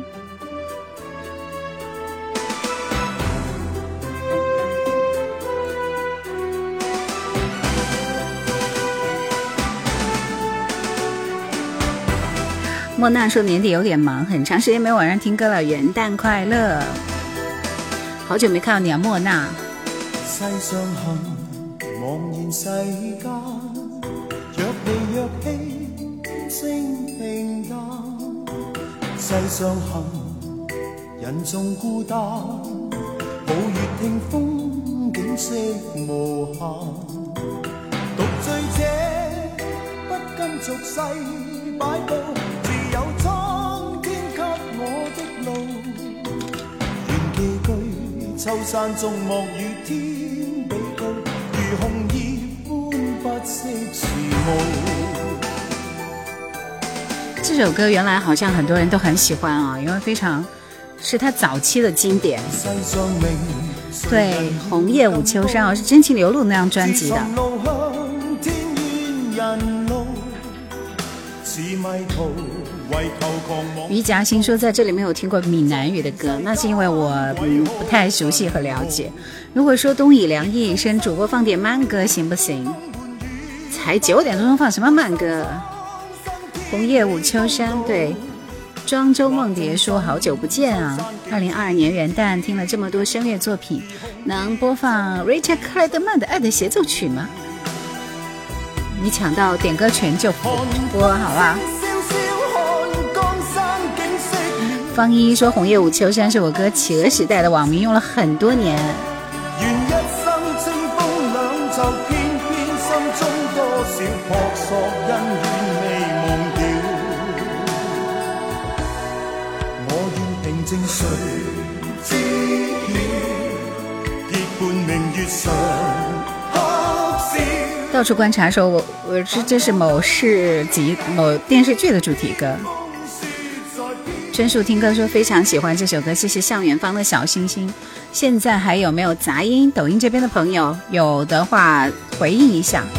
莫娜说年底有点忙，很长时间没有晚上听歌了，元旦快乐。好久没看到你啊，莫娜。 世上行，茫然世間，若離若棄，聲平淡。世上行，人縱孤單，抱月聽風景色無限。獨醉者不甘俗世擺佈，自有蒼天給我的路。願寄居秋山中，莫與天比高，如紅葉般不識時務。 这首歌原來好像很多人都很喜歡啊，因為非常是他早期的經典。對，紅葉舞秋山啊，是真情流露那張專輯的。于夹心说在这里没有听过闽南语的歌，那是因为我、嗯、不太熟悉和了解。如果说冬以凉夜已深，主播放点慢歌行不行？才九点多钟放什么慢歌？红叶舞秋山，对。庄周梦蝶说好久不见啊，二零二二年元旦听了这么多声乐作品，能播放 Richard 克莱德曼的爱的协奏曲吗？你抢到点歌权就播好吧。方一说红叶舞秋山是我歌企鹅时代的网名用了很多年。 願一生清風兩袖，偏偏心中多少撲朔恩怨未忘掉。我願平靜誰知曉，結伴明月上哭笑。 到處觀察說我我這這是某市集某電視劇的主題歌。春樹聽歌說非常喜歡這首歌，謝謝向遠方的小星星。現在還有沒有雜音？抖音這邊的朋友有的話回應一下。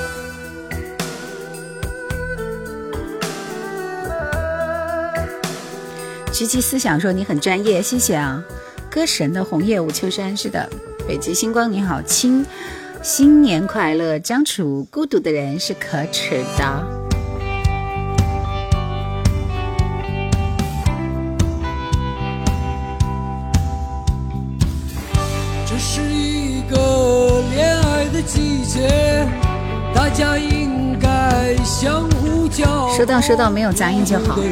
徐其思想說你很專業，謝謝啊。歌神的紅葉舞秋山，是的。北極星光你好親，新年快樂。張楚孤獨的人是可恥的。 这是一个恋爱的季节，大家应该相互交流。 收到收到，没有杂音就好。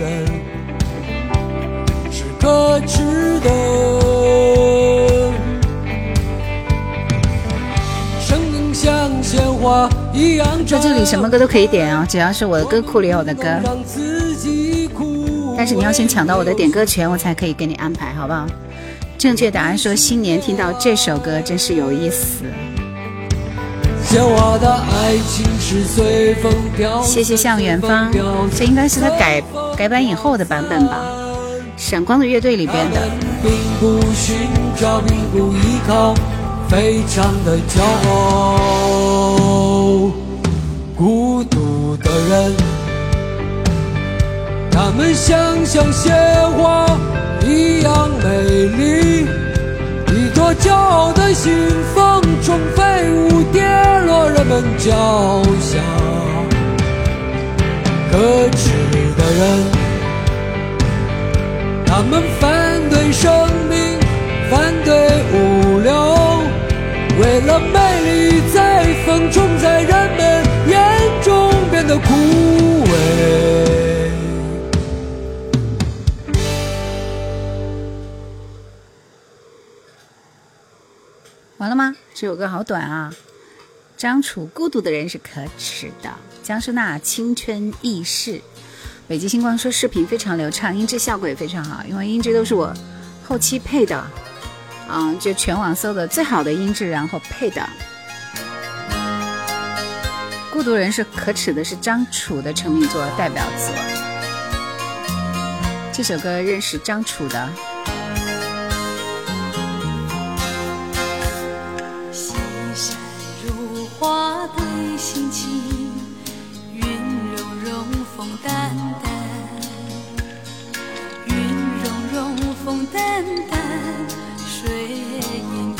是可耻的，生命像鲜花一样。 在这里什么歌都可以点啊，只要是我的歌库里有的歌。但是你要先抢到我的点歌权，我才可以给你安排，好不好？正确答案说新年听到这首歌真是有意思。 鲜花的爱情是随风飘。 谢谢向远方，这应该是他改改版以后的版本吧，闪光的乐队里边的。 并不寻找，并不依靠，非常的骄傲。孤独的人，他们想像鲜花一样美丽，一朵骄傲的心，风中飞舞，跌落人们脚下。可耻的人，他们反对生命，反对物流，为了美丽，在风中，在人们眼中变得枯萎。 完了吗？这首歌好短啊！张楚，孤独的人是可耻的。江诗娜，青春易逝。北极星光说视频非常流畅，音质效果也非常好，因为音质都是我后期配的，嗯，就全网搜的最好的音质，然后配的。孤独人是可耻的，是张楚的成名作代表作。这首歌认识张楚的。 西山如画对心情，云融融风淡淡，云融融风淡淡，水盈盈，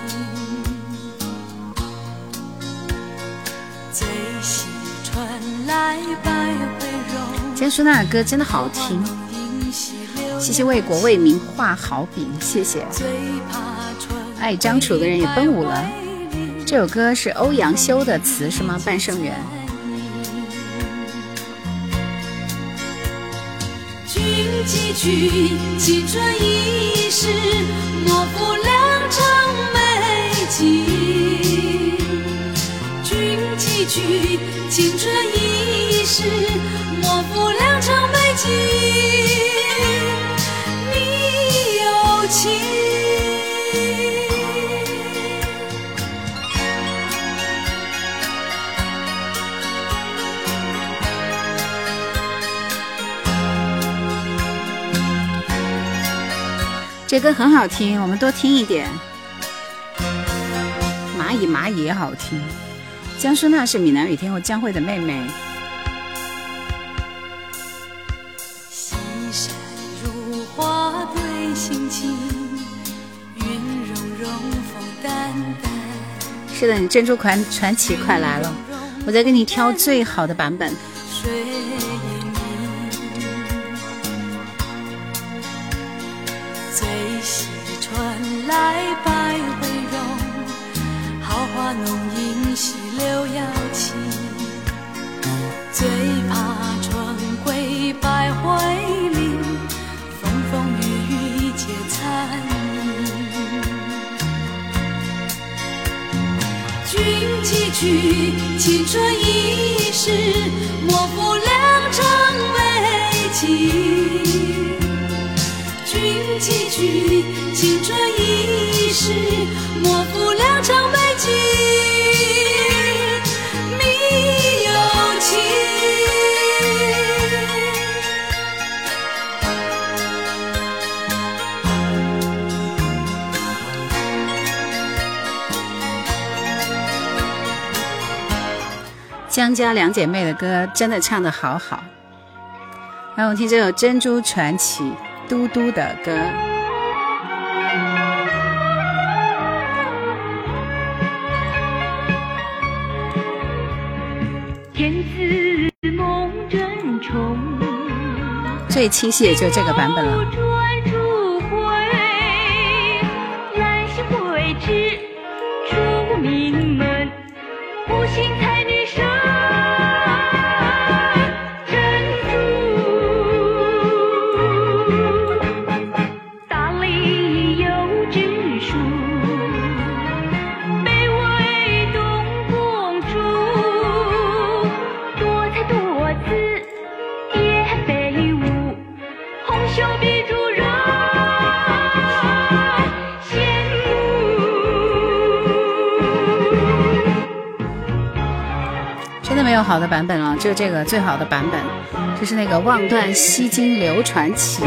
最西传来百回容。 江淑娜的歌真的好听，谢谢为国为民画好笔，谢谢。爱张楚的人也奔五了。这首歌是欧阳修的词是吗？半生缘。 君寄去，青春易逝，莫负良辰美景。君寄去，青春易逝，莫负良辰美景。你有情。 这歌很好听，我们多听一点。蚂蚁蚂蚁也好听。江淑娜是闽南语天后江蕙的妹妹。 西山如画对心情，云融融风淡淡。 是的，你珍珠传传奇快来了，我在给你挑最好的版本。 水盈盈，最西传来百回容，好花浓荫细柳摇情。最怕春归百回林，风风雨雨皆残影。君寄去，青春易逝，莫负良辰美景。君寄去，青春易逝，莫负良辰美景。你有情。 江家两姐妹的歌真的唱得好好。让我们听这首《珍珠传奇》嘟嘟的歌。 天似梦真重， 最清晰也就这个版本了。 转朱回，兰心归至出名门，无心才女生。袖笔竹有好的版本了，就这个最好的版本，这是那个望断西经流传奇。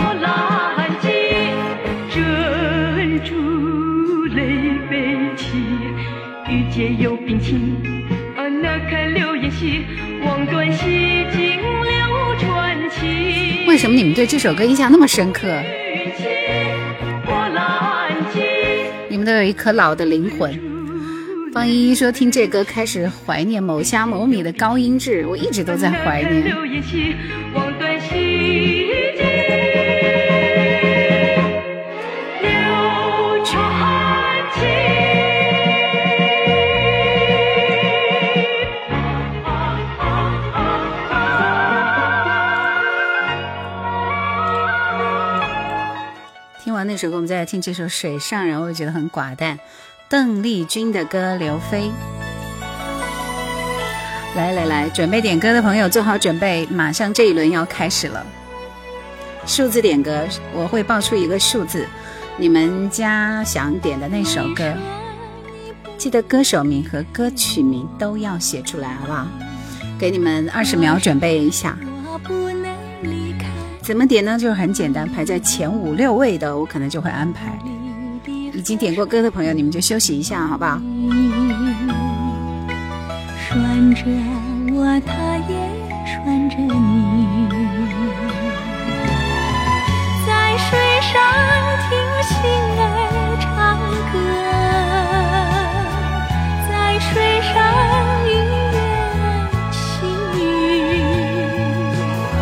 珍珠泪悲泣，遇见有冰情，啊那看流言兮，望断西经流传奇。 为什么你们对这首歌印象那么深刻？你们都有一颗老的灵魂。方依依说听这歌开始怀念某虾某米的高音质，我一直都在怀念。听完那首歌，我们再来听这首《水上人》，我也觉得很寡淡。邓丽君的歌《刘飞》。来来来，准备点歌的朋友做好准备，马上这一轮要开始了。数字点歌，我会报出一个数字，你们家想点的那首歌，记得歌手名和歌曲名都要写出来，好不好？给你们二十秒准备一下。怎么点呢？就是很简单，排在前五六位的我可能就会安排。已经点过歌的朋友，你们就休息一下，好不好？ 拴着我，他也拴着你，在水上听星儿唱歌，在水上愉悦细雨。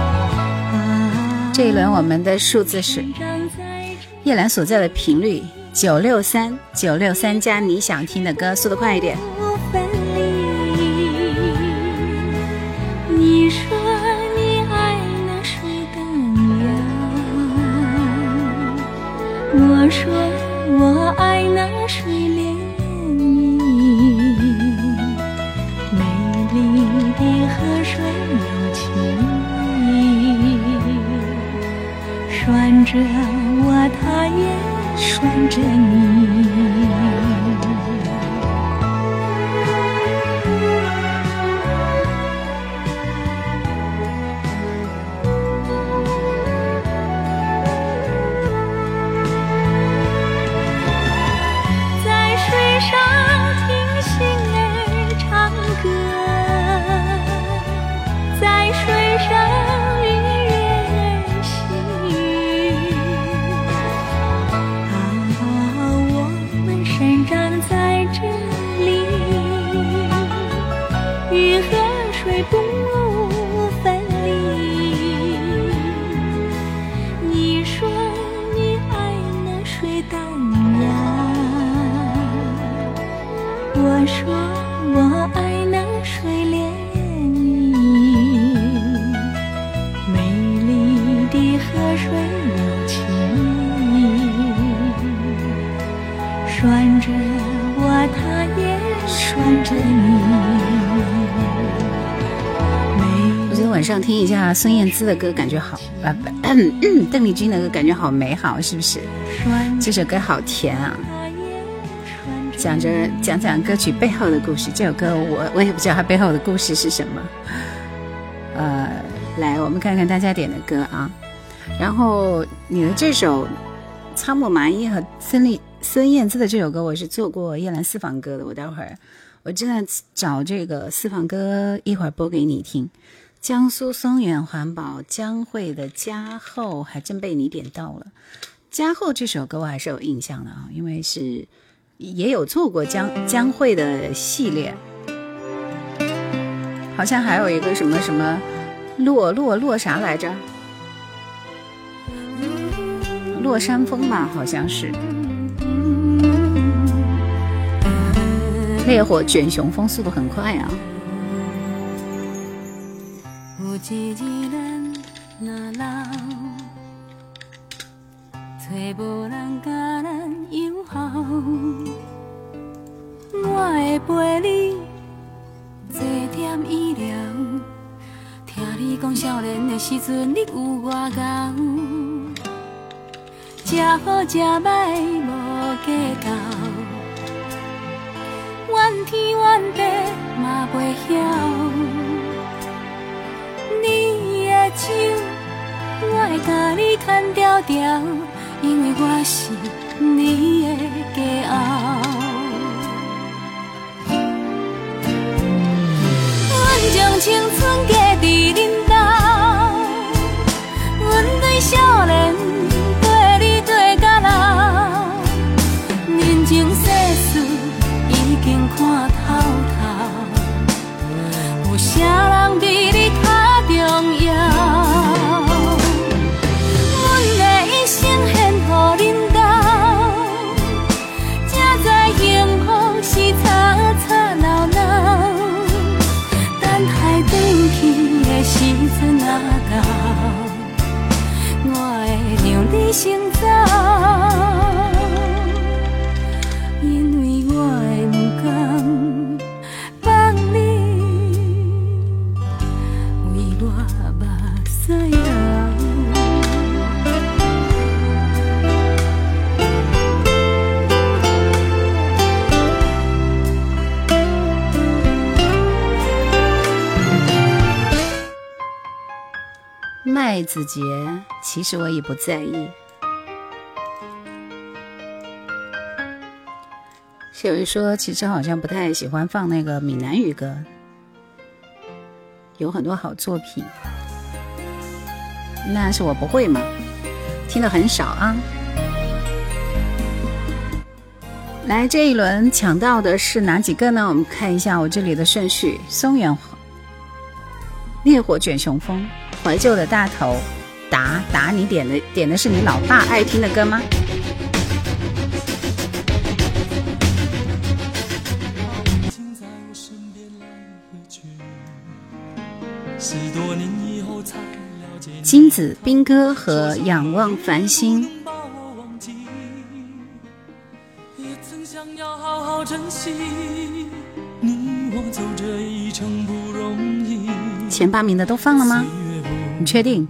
这一轮我们的数字是叶兰所在的频率九六三九六三加你想听的歌，速度快一点。 你说你爱那水的样，我说我爱那水涟漪，美丽的河水有情，拴着我，它也拴着你。在水上听星儿唱歌，在水上愉悦细雨。我们生长在这里，雨和水不分离。你说你爱那水荡漾，我说我爱那水涟漪，美丽的河水有情，拴着我，它也拴着你。 我觉得晚上听一下孙燕姿的歌感觉好啊，不，邓丽君的歌感觉好美好，是不是？这首歌好甜啊，讲着讲讲歌曲背后的故事。这首歌我我也不知道它背后的故事是什么。呃，来我们看看大家点的歌啊。然后你的这首仓木麻衣和孙俪孙燕姿的这首歌，我是做过叶兰私房歌的，我待会儿我正在找这个私房歌，一会儿播给你听。江苏松原环保江蕙的家后还真被你点到了。家后这首歌我还是有印象的啊，因为是也有做过江江蕙的系列，好像还有一个什么什么落落落啥来着，落山风吧，好像是烈火卷雄风，速度很快啊。 有一日咱若老，找无人甲咱友好，我会陪你坐点医疗，听你讲少年的时阵你有偌牛，吃好吃歹无计较，怨天怨地嘛袂晓。 甲你牵条条，因为我是你的骄傲。阮将青春加伫恁兜，阮对少年对你对到老，人情世事已经看透透，无啥人比你较重要。阮的一生献予恁兜，才知幸福是吵吵闹闹。等待转去的时阵若到，我会让你先走，因为我会不甘放你为我目屎流。 麦子节，其实我也不在意。小鱼说，其实好像不太喜欢放那个闽南语歌，有很多好作品。那是我不会嘛，听的很少啊。来，这一轮抢到的是哪几个呢？我们看一下我这里的顺序：松原、烈火卷雄风、怀旧的大头、达达，你点的点的是你老爸爱听的歌吗？金子、兵哥和仰望繁星。前八名的都放了吗？你确定？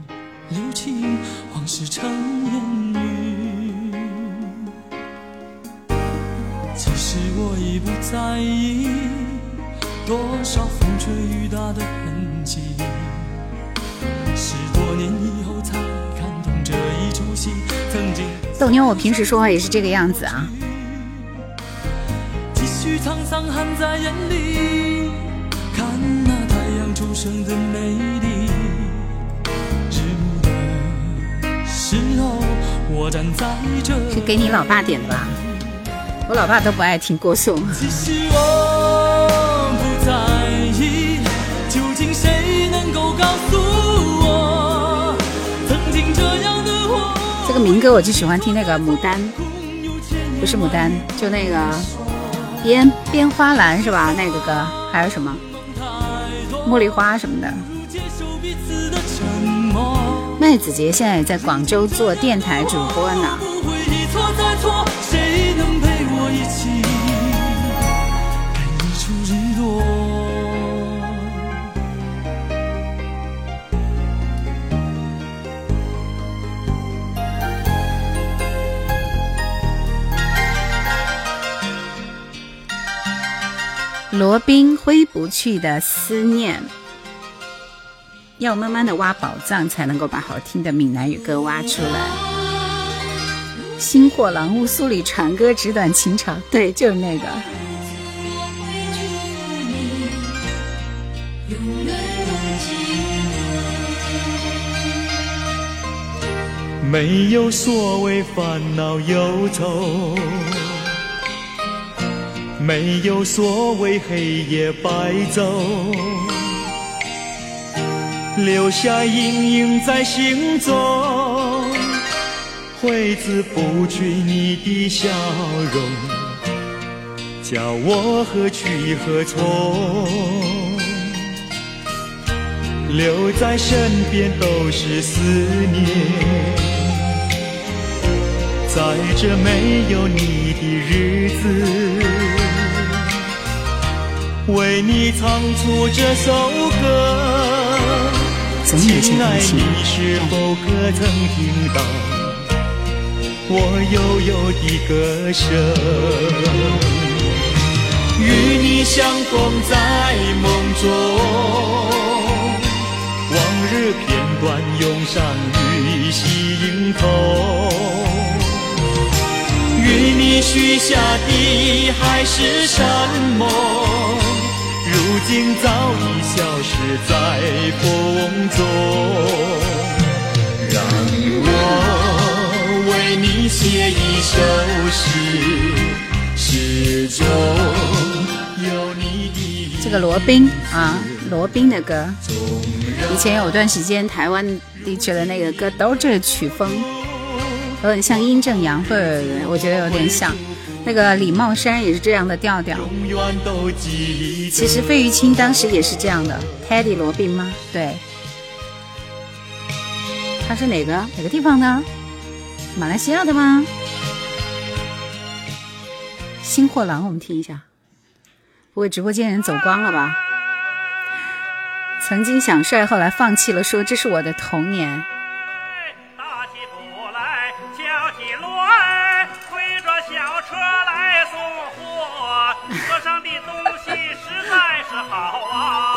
其实我已不在意多少风吹雨打的痕迹，十多年以后才看懂这一出戏。曾经豆妞，我平时说话也是这个样子啊。 继续沧桑含在眼里，看那太阳初升的美丽。日暮的时候，我站在这里。 是给你老爸点的吧？我老爸都不爱听郭颂。 其实我不在意，究竟谁能够告诉我，曾经这样的我。 这个民歌我就喜欢听那个牡丹，不是牡丹，就那个边边花篮是吧？那个歌还有什么茉莉花什么的。麦子杰现在也在广州做电台主播呢。 谁能陪我一起看日出日落？ 罗宾挥不去的思念，要慢慢的挖宝藏，才能够把好听的闽南语歌挖出来。星火狼雾苏里长歌纸短情长，对，就是那个。 没有所谓烦恼忧愁，没有所谓黑夜白昼，留下阴影在心中，挥之不去你的笑容，叫我何去何从？留在身边都是思念，在这没有你的日子，为你唱出这首歌。亲爱，你是否可曾听到我悠悠的歌声？与你相逢在梦中，往日片段涌上云的心头。与你许下的海誓山盟，如今早已消失在风中。让我为你写一首诗，诗中有你的。 这个罗宾啊，罗宾的歌，以前有段时间台湾地区的那个歌都是这个曲风，有点像殷正阳，不是，我觉得有点像。那个李茂山也是这样的调调。其实费玉清当时也是这样的。Teddy 罗宾吗？对。他是哪个哪个地方的？马来西亚的吗？新货郎，我们听一下。不会直播间人走光了吧？曾经想帅，后来放弃了，说这是我的童年。 打起鼓来，敲起锣儿，推着小车来送货，车上的东西实在是好啊。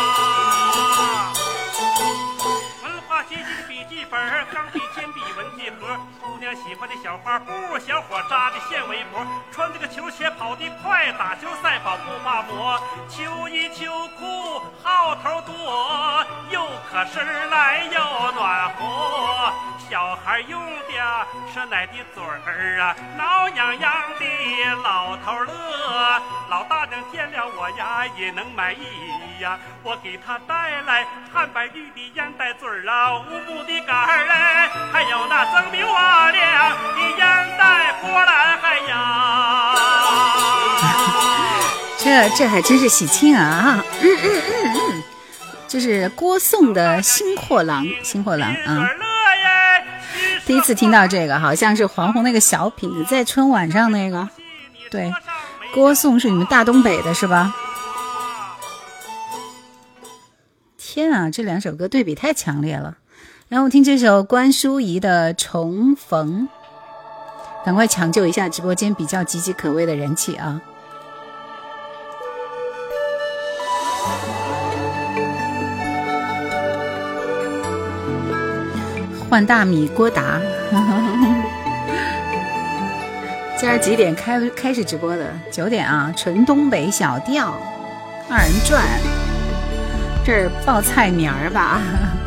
文化学习的笔记本，钢笔、铅笔、文具盒，姑娘喜欢的小花布，小伙扎的线围脖，穿这个球鞋跑得快，打球赛跑不怕磨，秋衣秋裤号头多，又可身来又暖和。小孩用的是奶的嘴儿啊，挠痒痒的老头乐。老大娘见了我呀，也能满意呀。我给他带来汉白玉的烟袋嘴儿啊，乌木的杆儿哎，还有那锃明瓦亮的烟袋波澜海洋。 这这还真是喜庆啊！嗯嗯嗯嗯，这是郭颂的新货郎，新货郎啊。第一次听到这个，好像是黄宏那个小品子在春晚上那个。对，郭颂是你们大东北的是吧？天啊，这两首歌对比太强烈了。然后听这首关淑怡的《重逢》，赶快抢救一下直播间比较岌岌可危的人气啊！换大米郭达，今儿几点开开始直播的？九点啊！纯东北小调，二人转，这儿报菜名儿吧。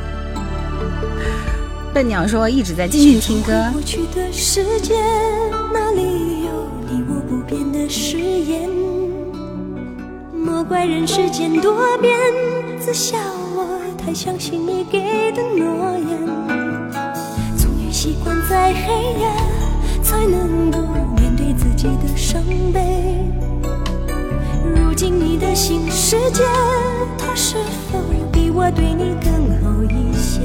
笨鸟说一直在继续听歌。 过去的世界，哪里有你我不变的誓言？莫怪人世间多变，自笑我太相信你给的诺言。习惯在黑夜才能够面对自己的伤悲。如今你的新世界，它是否比我对你更好一些？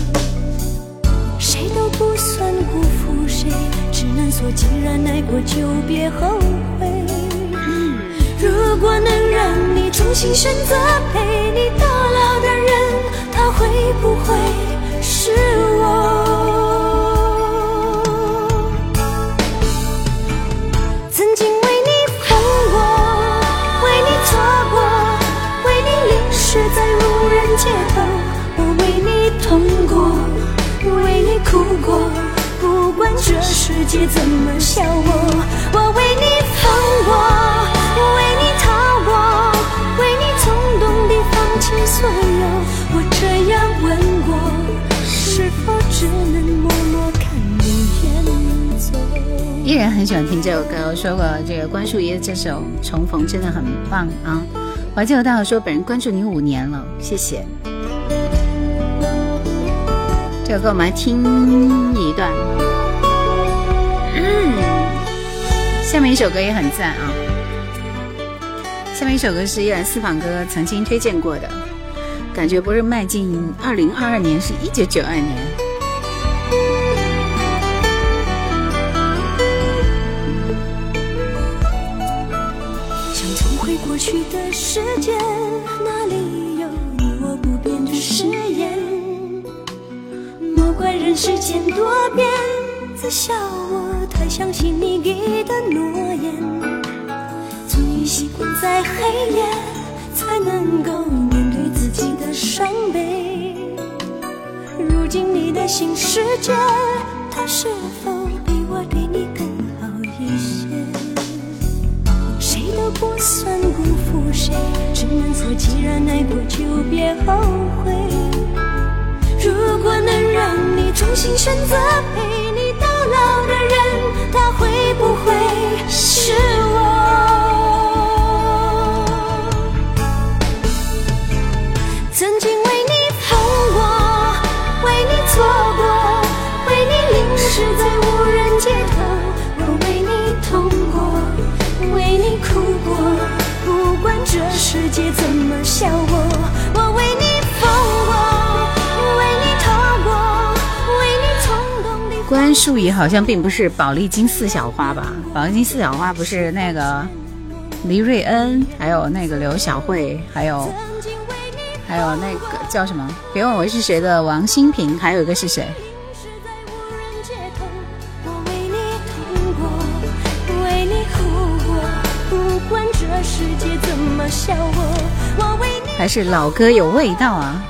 谁都不算辜负谁，只能说既然爱过就别后悔。如果能让你重新选择陪你到老的人，他会不会是我？曾经为你疯过，为你错过，为你淋湿在无人街头，我为你痛过，为你哭过，不管这世界怎么笑我，我为你疯过，为你逃过，为你冲动地放弃所有。我这样问过，是否只能默默看你远走？ 依然很喜欢听这首歌，我说过这个关淑怡的这首《重逢》真的很棒啊！我还记得大家说本人关注你五年了，谢谢。这首歌我们来听一段。嗯，下面一首歌也很赞啊！下面一首歌是依然私房歌曾经推荐过的，感觉不是迈进二零二二年，是一九九二年。 过去的世界，哪里有你我不变的誓言？莫怪人世间多变，自笑我太相信你给的诺言。终于习惯在黑夜才能够面对自己的伤悲。如今你的新世界，它是否比我对你更好一些？谁都不算辜负谁，只能说既然爱过就别后悔。如果能让你重新选择陪你到老的人，他会不会是我？曾经为你疯过，为你错过，为你淋湿在无人街头，我为你痛过，为你哭过，不管这世界怎么笑我，我为你疯过，为你逃过，为你冲动地关淑怡好像并不是宝丽金四小花吧？宝丽金四小花不是那个黎瑞恩，还有那个刘晓慧，还有还有那个叫什么？别问我是谁的王心平，还有一个是谁？还是老歌有味道啊！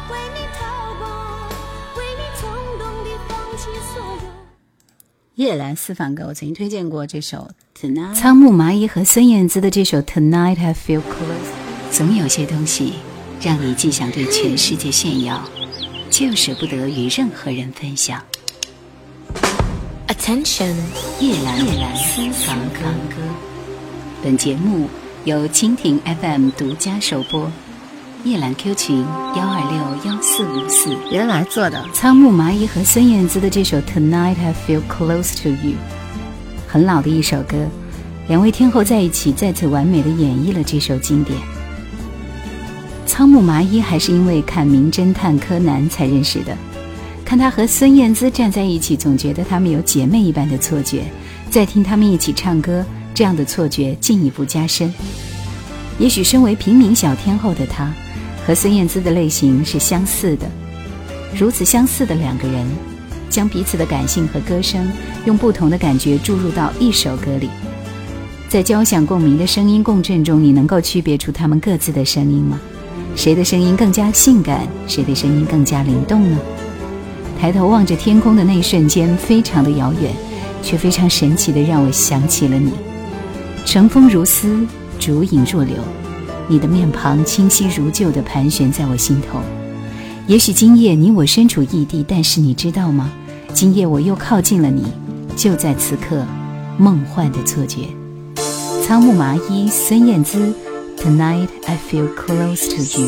叶兰私房歌，我曾经推荐过这首 Tonight。仓木麻衣和孙燕姿的这首 Tonight I Feel Close。总有些东西让你既想对全世界炫耀，却又舍不得与任何人分享。Attention， 叶兰叶兰私房歌。本节目由蜻蜓 F M 独家首播。叶兰 Q 群幺二六幺四五四，原来做的仓木麻衣和孙燕姿的这首 Tonight I Feel Close to You， 很老的一首歌，两位天后在一起再次完美的演绎了这首经典。仓木麻衣还是因为看名侦探柯南才认识的，看他和孙燕姿站在一起，总觉得他们有姐妹一般的错觉，再听他们一起唱歌，这样的错觉进一步加深。也许身为平民小天后的她和孙燕姿的类型是相似的，如此相似的两个人，将彼此的感性和歌声用不同的感觉注入到一首歌里，在交响共鸣的声音共振中，你能够区别出他们各自的声音吗？谁的声音更加性感，谁的声音更加灵动呢？抬头望着天空的那一瞬间，非常的遥远，却非常神奇的让我想起了你。乘风如丝，烛影若流，你的面庞清晰如旧地盘旋在我心头。也许今夜你我身处异地，但是你知道吗？今夜我又靠近了你，就在此刻，梦幻的错觉。仓木麻衣、孙燕姿 Tonight I feel close to you。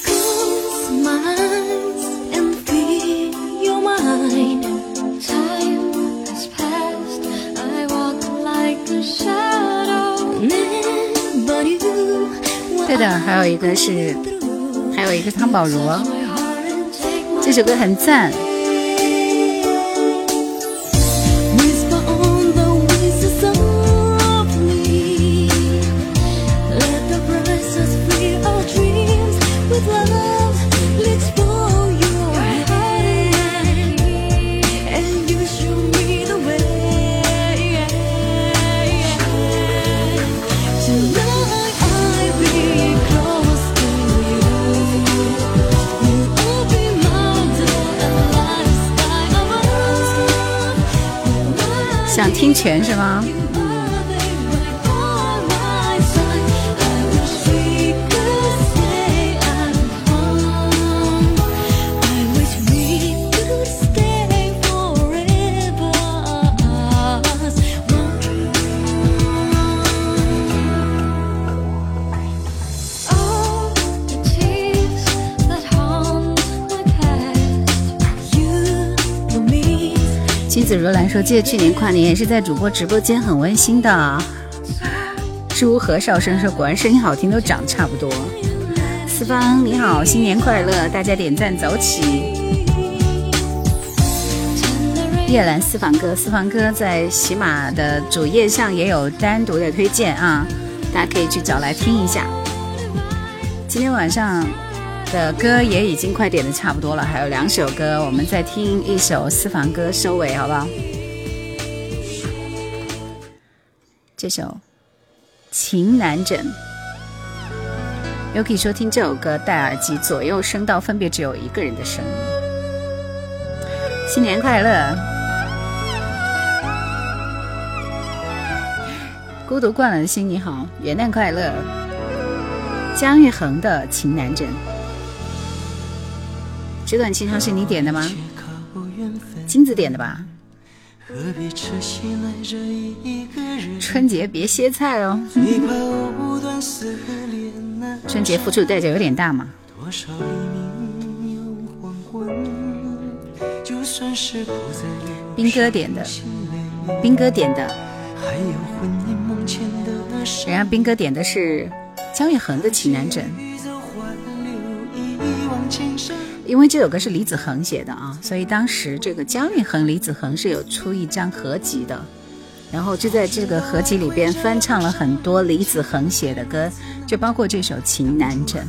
Close my eyes and feel your mind. Time has passed, I walk like a shadow. Never you. 对的，还有一个是还有一个汤宝如，这首歌很赞。想听全是吗？妻子如兰说，记得去年跨年也是在主播直播间，很温馨的。朱何少生说，果然声音好听，都长差不多。四方你好，新年快乐，大家点赞走起。叶兰私房歌，私房歌在喜马的主页上也有单独的推荐啊，大家可以去找来听一下。今天晚上的歌也已经快点的差不多了，还有两首歌，我们再听一首私房歌收尾好不好？这首情难枕。 Yuki 说听这首歌戴耳机，左右声道分别只有一个人的声音。 新年快乐！孤独惯了的心你好，元旦快乐！姜育恒的《情难枕》，这段情唱是你点的吗？金子点的吧？春节别歇菜哦。春节付出代价有点大嘛。兵哥点的，兵哥点的，人家兵哥点的是姜育恒的《情难枕》，因为这首歌是李子恒写的啊，所以当时这个姜育恒、李子恒是有出一张合集的，然后就在这个合集里边翻唱了很多李子恒写的歌，就包括这首《情难枕》。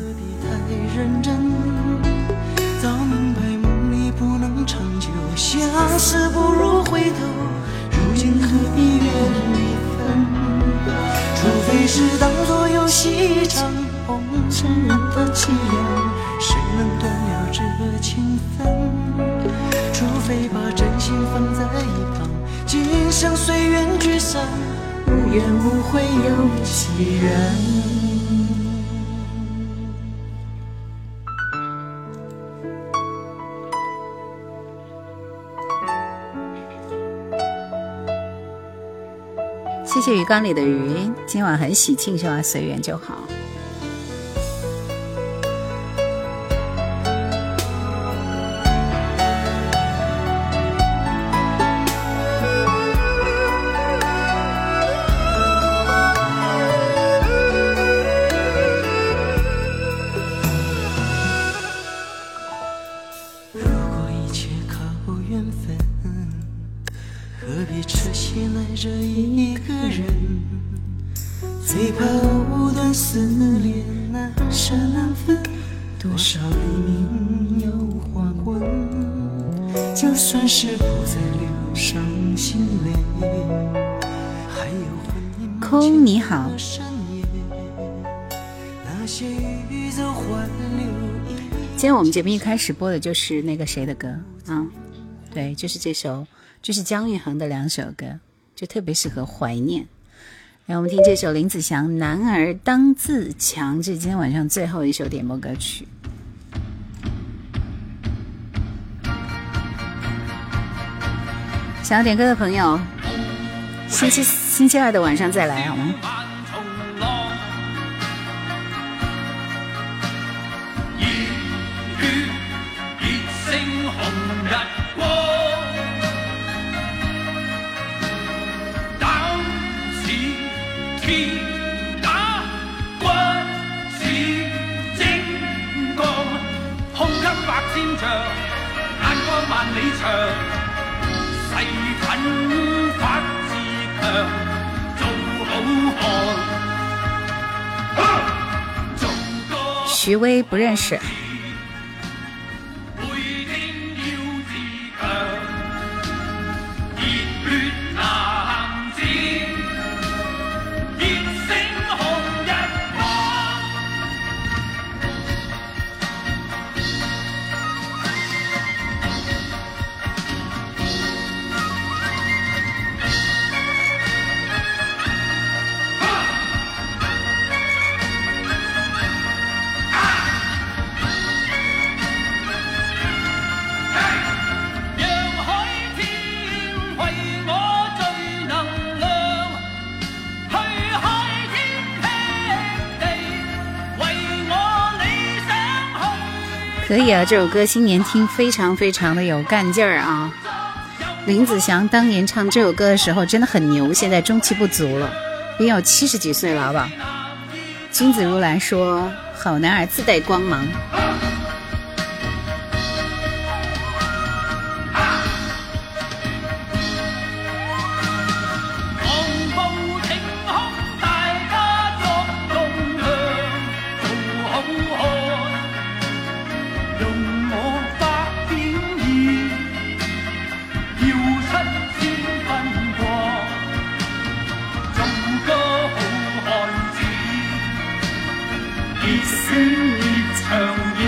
早明白梦里不能长久，相思不如回头，如今何必月离分？除非是当作游戏一场，红尘人的凄凉，谁能断了这情分？除非把真心放在一旁，今生随缘聚散，无怨无悔有几人？ 谢谢鱼缸里的鱼，今晚很喜庆是吧？随缘就好。 如果一切靠缘分，何必痴心爱着一个人？最怕藕断丝连，难舍难分，多少黎明又黄昏。就算是不再流伤心泪，还有婚姻空你好， 那些欲走还留。 今天我们节目一开始播的就是那个谁的歌啊？对，就是这首，就是姜育恒的两首歌，就特别适合怀念。让我们听这首林子祥《男儿当自强》，这是今天晚上最后一首点播歌曲。想要点歌的朋友，星期星期二的晚上再来好吗？ 眼光萬里長，誓奮發自強，做好漢。做個徐威不認識。 每天要自強，熱血男子，熱星紅日光。 可以啊，这首歌新年听非常非常的有干劲儿啊！林子祥当年唱这首歌的时候真的很牛，现在中气不足了，也有七十几岁了，好不好？君子如来说：“好男儿自带光芒。” 熱血長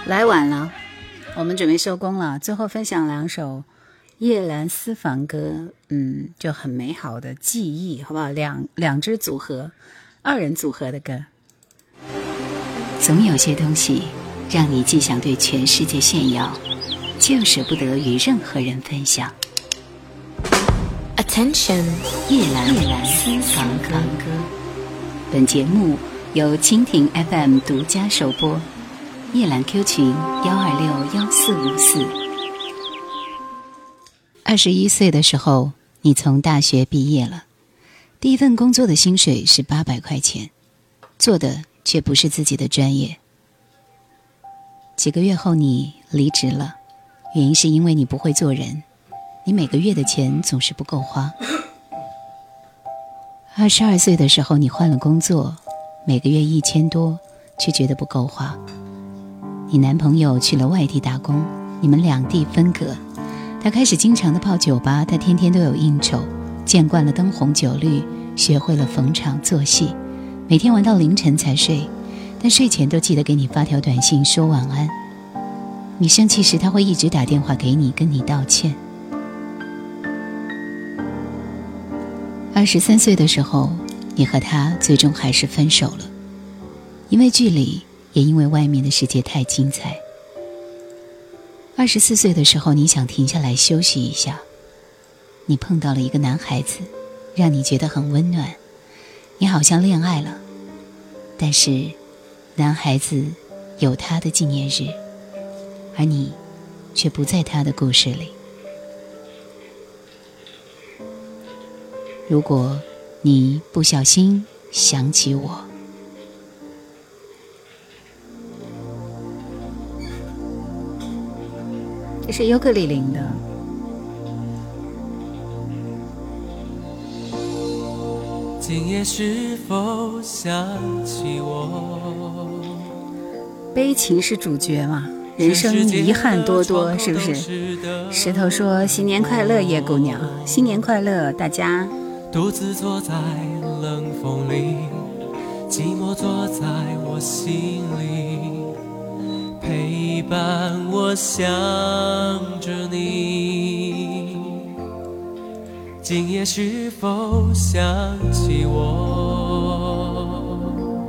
来晚了，我们准备收工了。最后分享两首叶兰私房歌，嗯，就很美好的记忆，好不好？两两支组合，二人组合的歌。 总有些东西让你既想对全世界炫耀，就舍不得与任何人分享。Attention， 叶兰叶兰私房歌。本节目由蜻蜓 F M 独家首播，叶兰 Q 群幺二六幺四五四。二十一岁的时候，你从大学毕业了，第一份工作的薪水是八百块钱，做的却不是自己的专业。几个月后你离职了，原因是因为你不会做人，你每个月的钱总是不够花。二十二岁的时候你换了工作，每个月一千多，却觉得不够花。你男朋友去了外地打工，你们两地分隔，他开始经常的泡酒吧，他天天都有应酬，见惯了灯红酒绿，学会了逢场作戏，每天玩到凌晨才睡，但睡前都记得给你发条短信说晚安。你生气时他会一直打电话给你，跟你道歉。二十三岁的时候，你和他最终还是分手了，因为距离，也因为外面的世界太精彩。二十四岁的时候，你想停下来休息一下，你碰到了一个男孩子，让你觉得很温暖，你好像恋爱了，但是男孩子有他的纪念日，而你却不在他的故事里。如果你不小心想起我， 这是尤克里里的。 今夜是否想起我？ 悲情是主角嘛，人生遗憾多多，是不是？石头说新年快乐叶姑娘，新年快乐大家。 独自坐在冷风里，寂寞坐在我心里，陪伴我想着你。今夜是否想起我？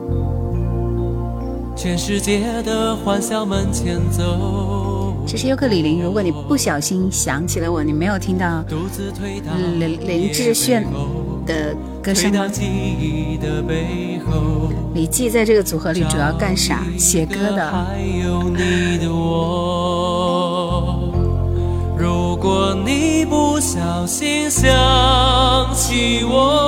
全世界的欢笑门前走。 这是尤克里里，如果你不小心想起了我，你没有听到林林志炫的歌声吗？李记在这个组合里主要干啥？写歌的。 还有你的我，如果你不小心想起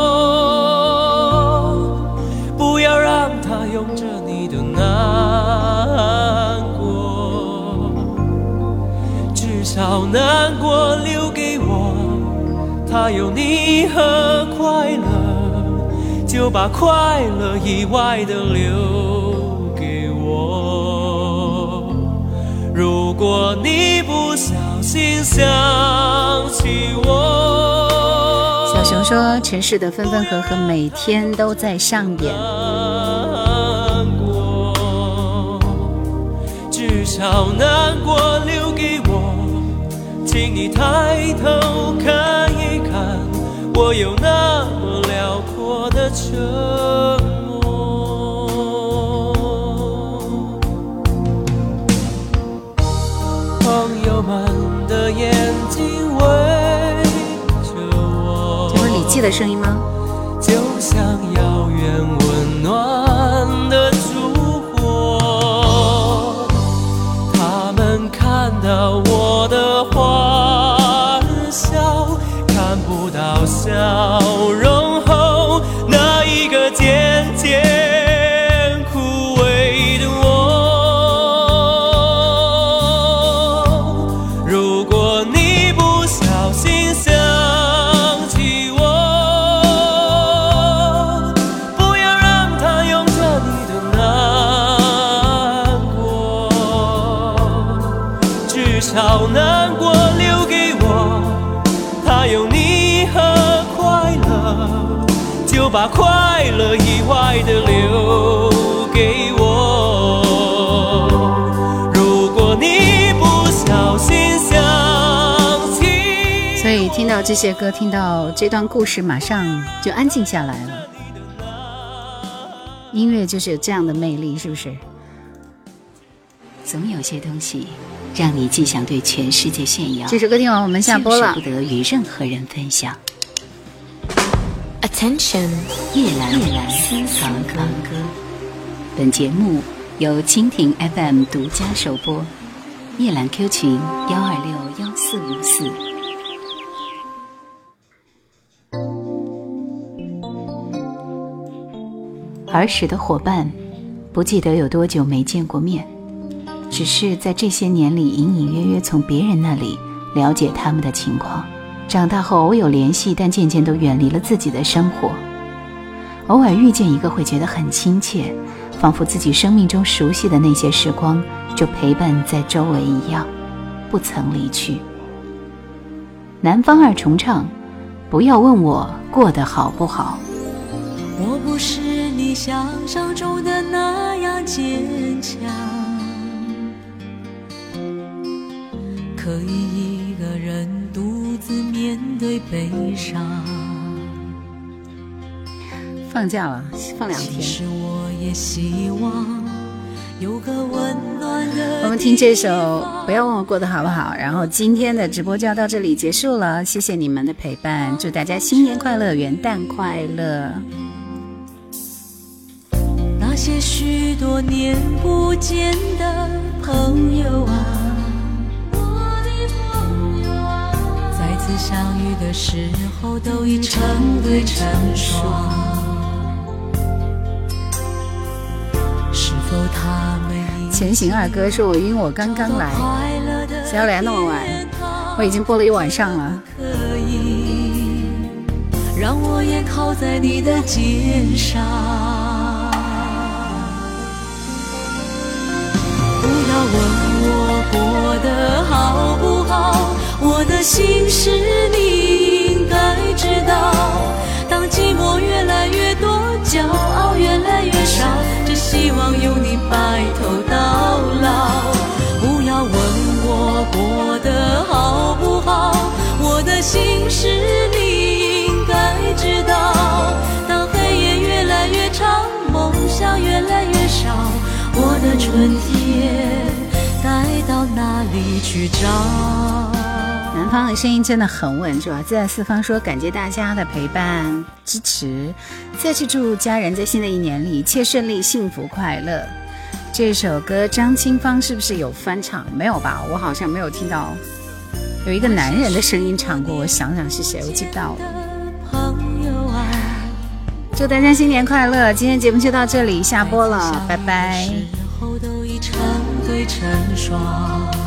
我，不要让它拥着你的难过，至少难过留给我，它有你和快乐，就把快乐以外的留给我。如果你不小心想起我， 小熊说城市的分分合合每天都在上演， 至少难过留给我，请你抬头看一看，我有那么辽阔的承诺。朋友们的眼睛围着我， 这是李记的声音吗？ 就像遥远温暖的烛火，他们看到我的欢笑，看不到笑容后那一个渐渐枯萎的我。如果你不小心想起我，不要让它拥着你的难过，至少难过留给我，它有你和快乐，就把快乐以外的留给我。如以听到这些歌，听到这段故事，马上就安静下来了。音乐就是有这样的魅力，是不是？ 总有些东西让你既想对全世界炫耀， 这首歌听完我们下播了， 舍不得与任何人分享。 Attention， 夜阑夜阑私藏歌歌。本节目由蜻蜓 F M 独家首播，夜阑 Q 群幺二六幺四五四。儿时的伙伴，不记得有多久没见过面，只是在这些年里隐隐约约从别人那里了解他们的情况。长大后偶有联系，但渐渐都远离了自己的生活。偶尔遇见一个会觉得很亲切，仿佛自己生命中熟悉的那些时光就陪伴在周围一样，不曾离去。南方二重唱，不要问我过得好不好。 我不是你想象中的那样坚强，可以一个人独自面对悲伤。 放假了，放两天。 其实我也希望有个温暖的。 我们听这首不要问我过得好不好，然后今天的直播就要到这里结束了，谢谢你们的陪伴，祝大家新年快乐，元旦快乐。 那些许多年不见的朋友啊，再次相遇的时候都已成对成双，是否他们已前行二哥说我晕，我刚刚来，谁要来那么晚？我已经播了一晚上了。 可以让我也靠在你的肩上，不要问我过得好不好，我的心事你应该知道。当寂寞越来越多，骄傲越来越少，只希望有你白头到老。不要问我过得好不好，我的心事你应该知道。当黑夜越来越长，梦想越来越少，我的春天该到哪里去找？ 南方的声音真的很稳，是吧？自在四方说感谢大家的陪伴支持，再次祝家人在新的一年里一切顺利幸福快乐。这首歌张清芳是不是有翻唱？没有吧，我好像没有听到有一个男人的声音唱过，我想想是谁，我记不到了。祝大家新年快乐，今天节目就到这里下播了，拜拜。 都已成对成双。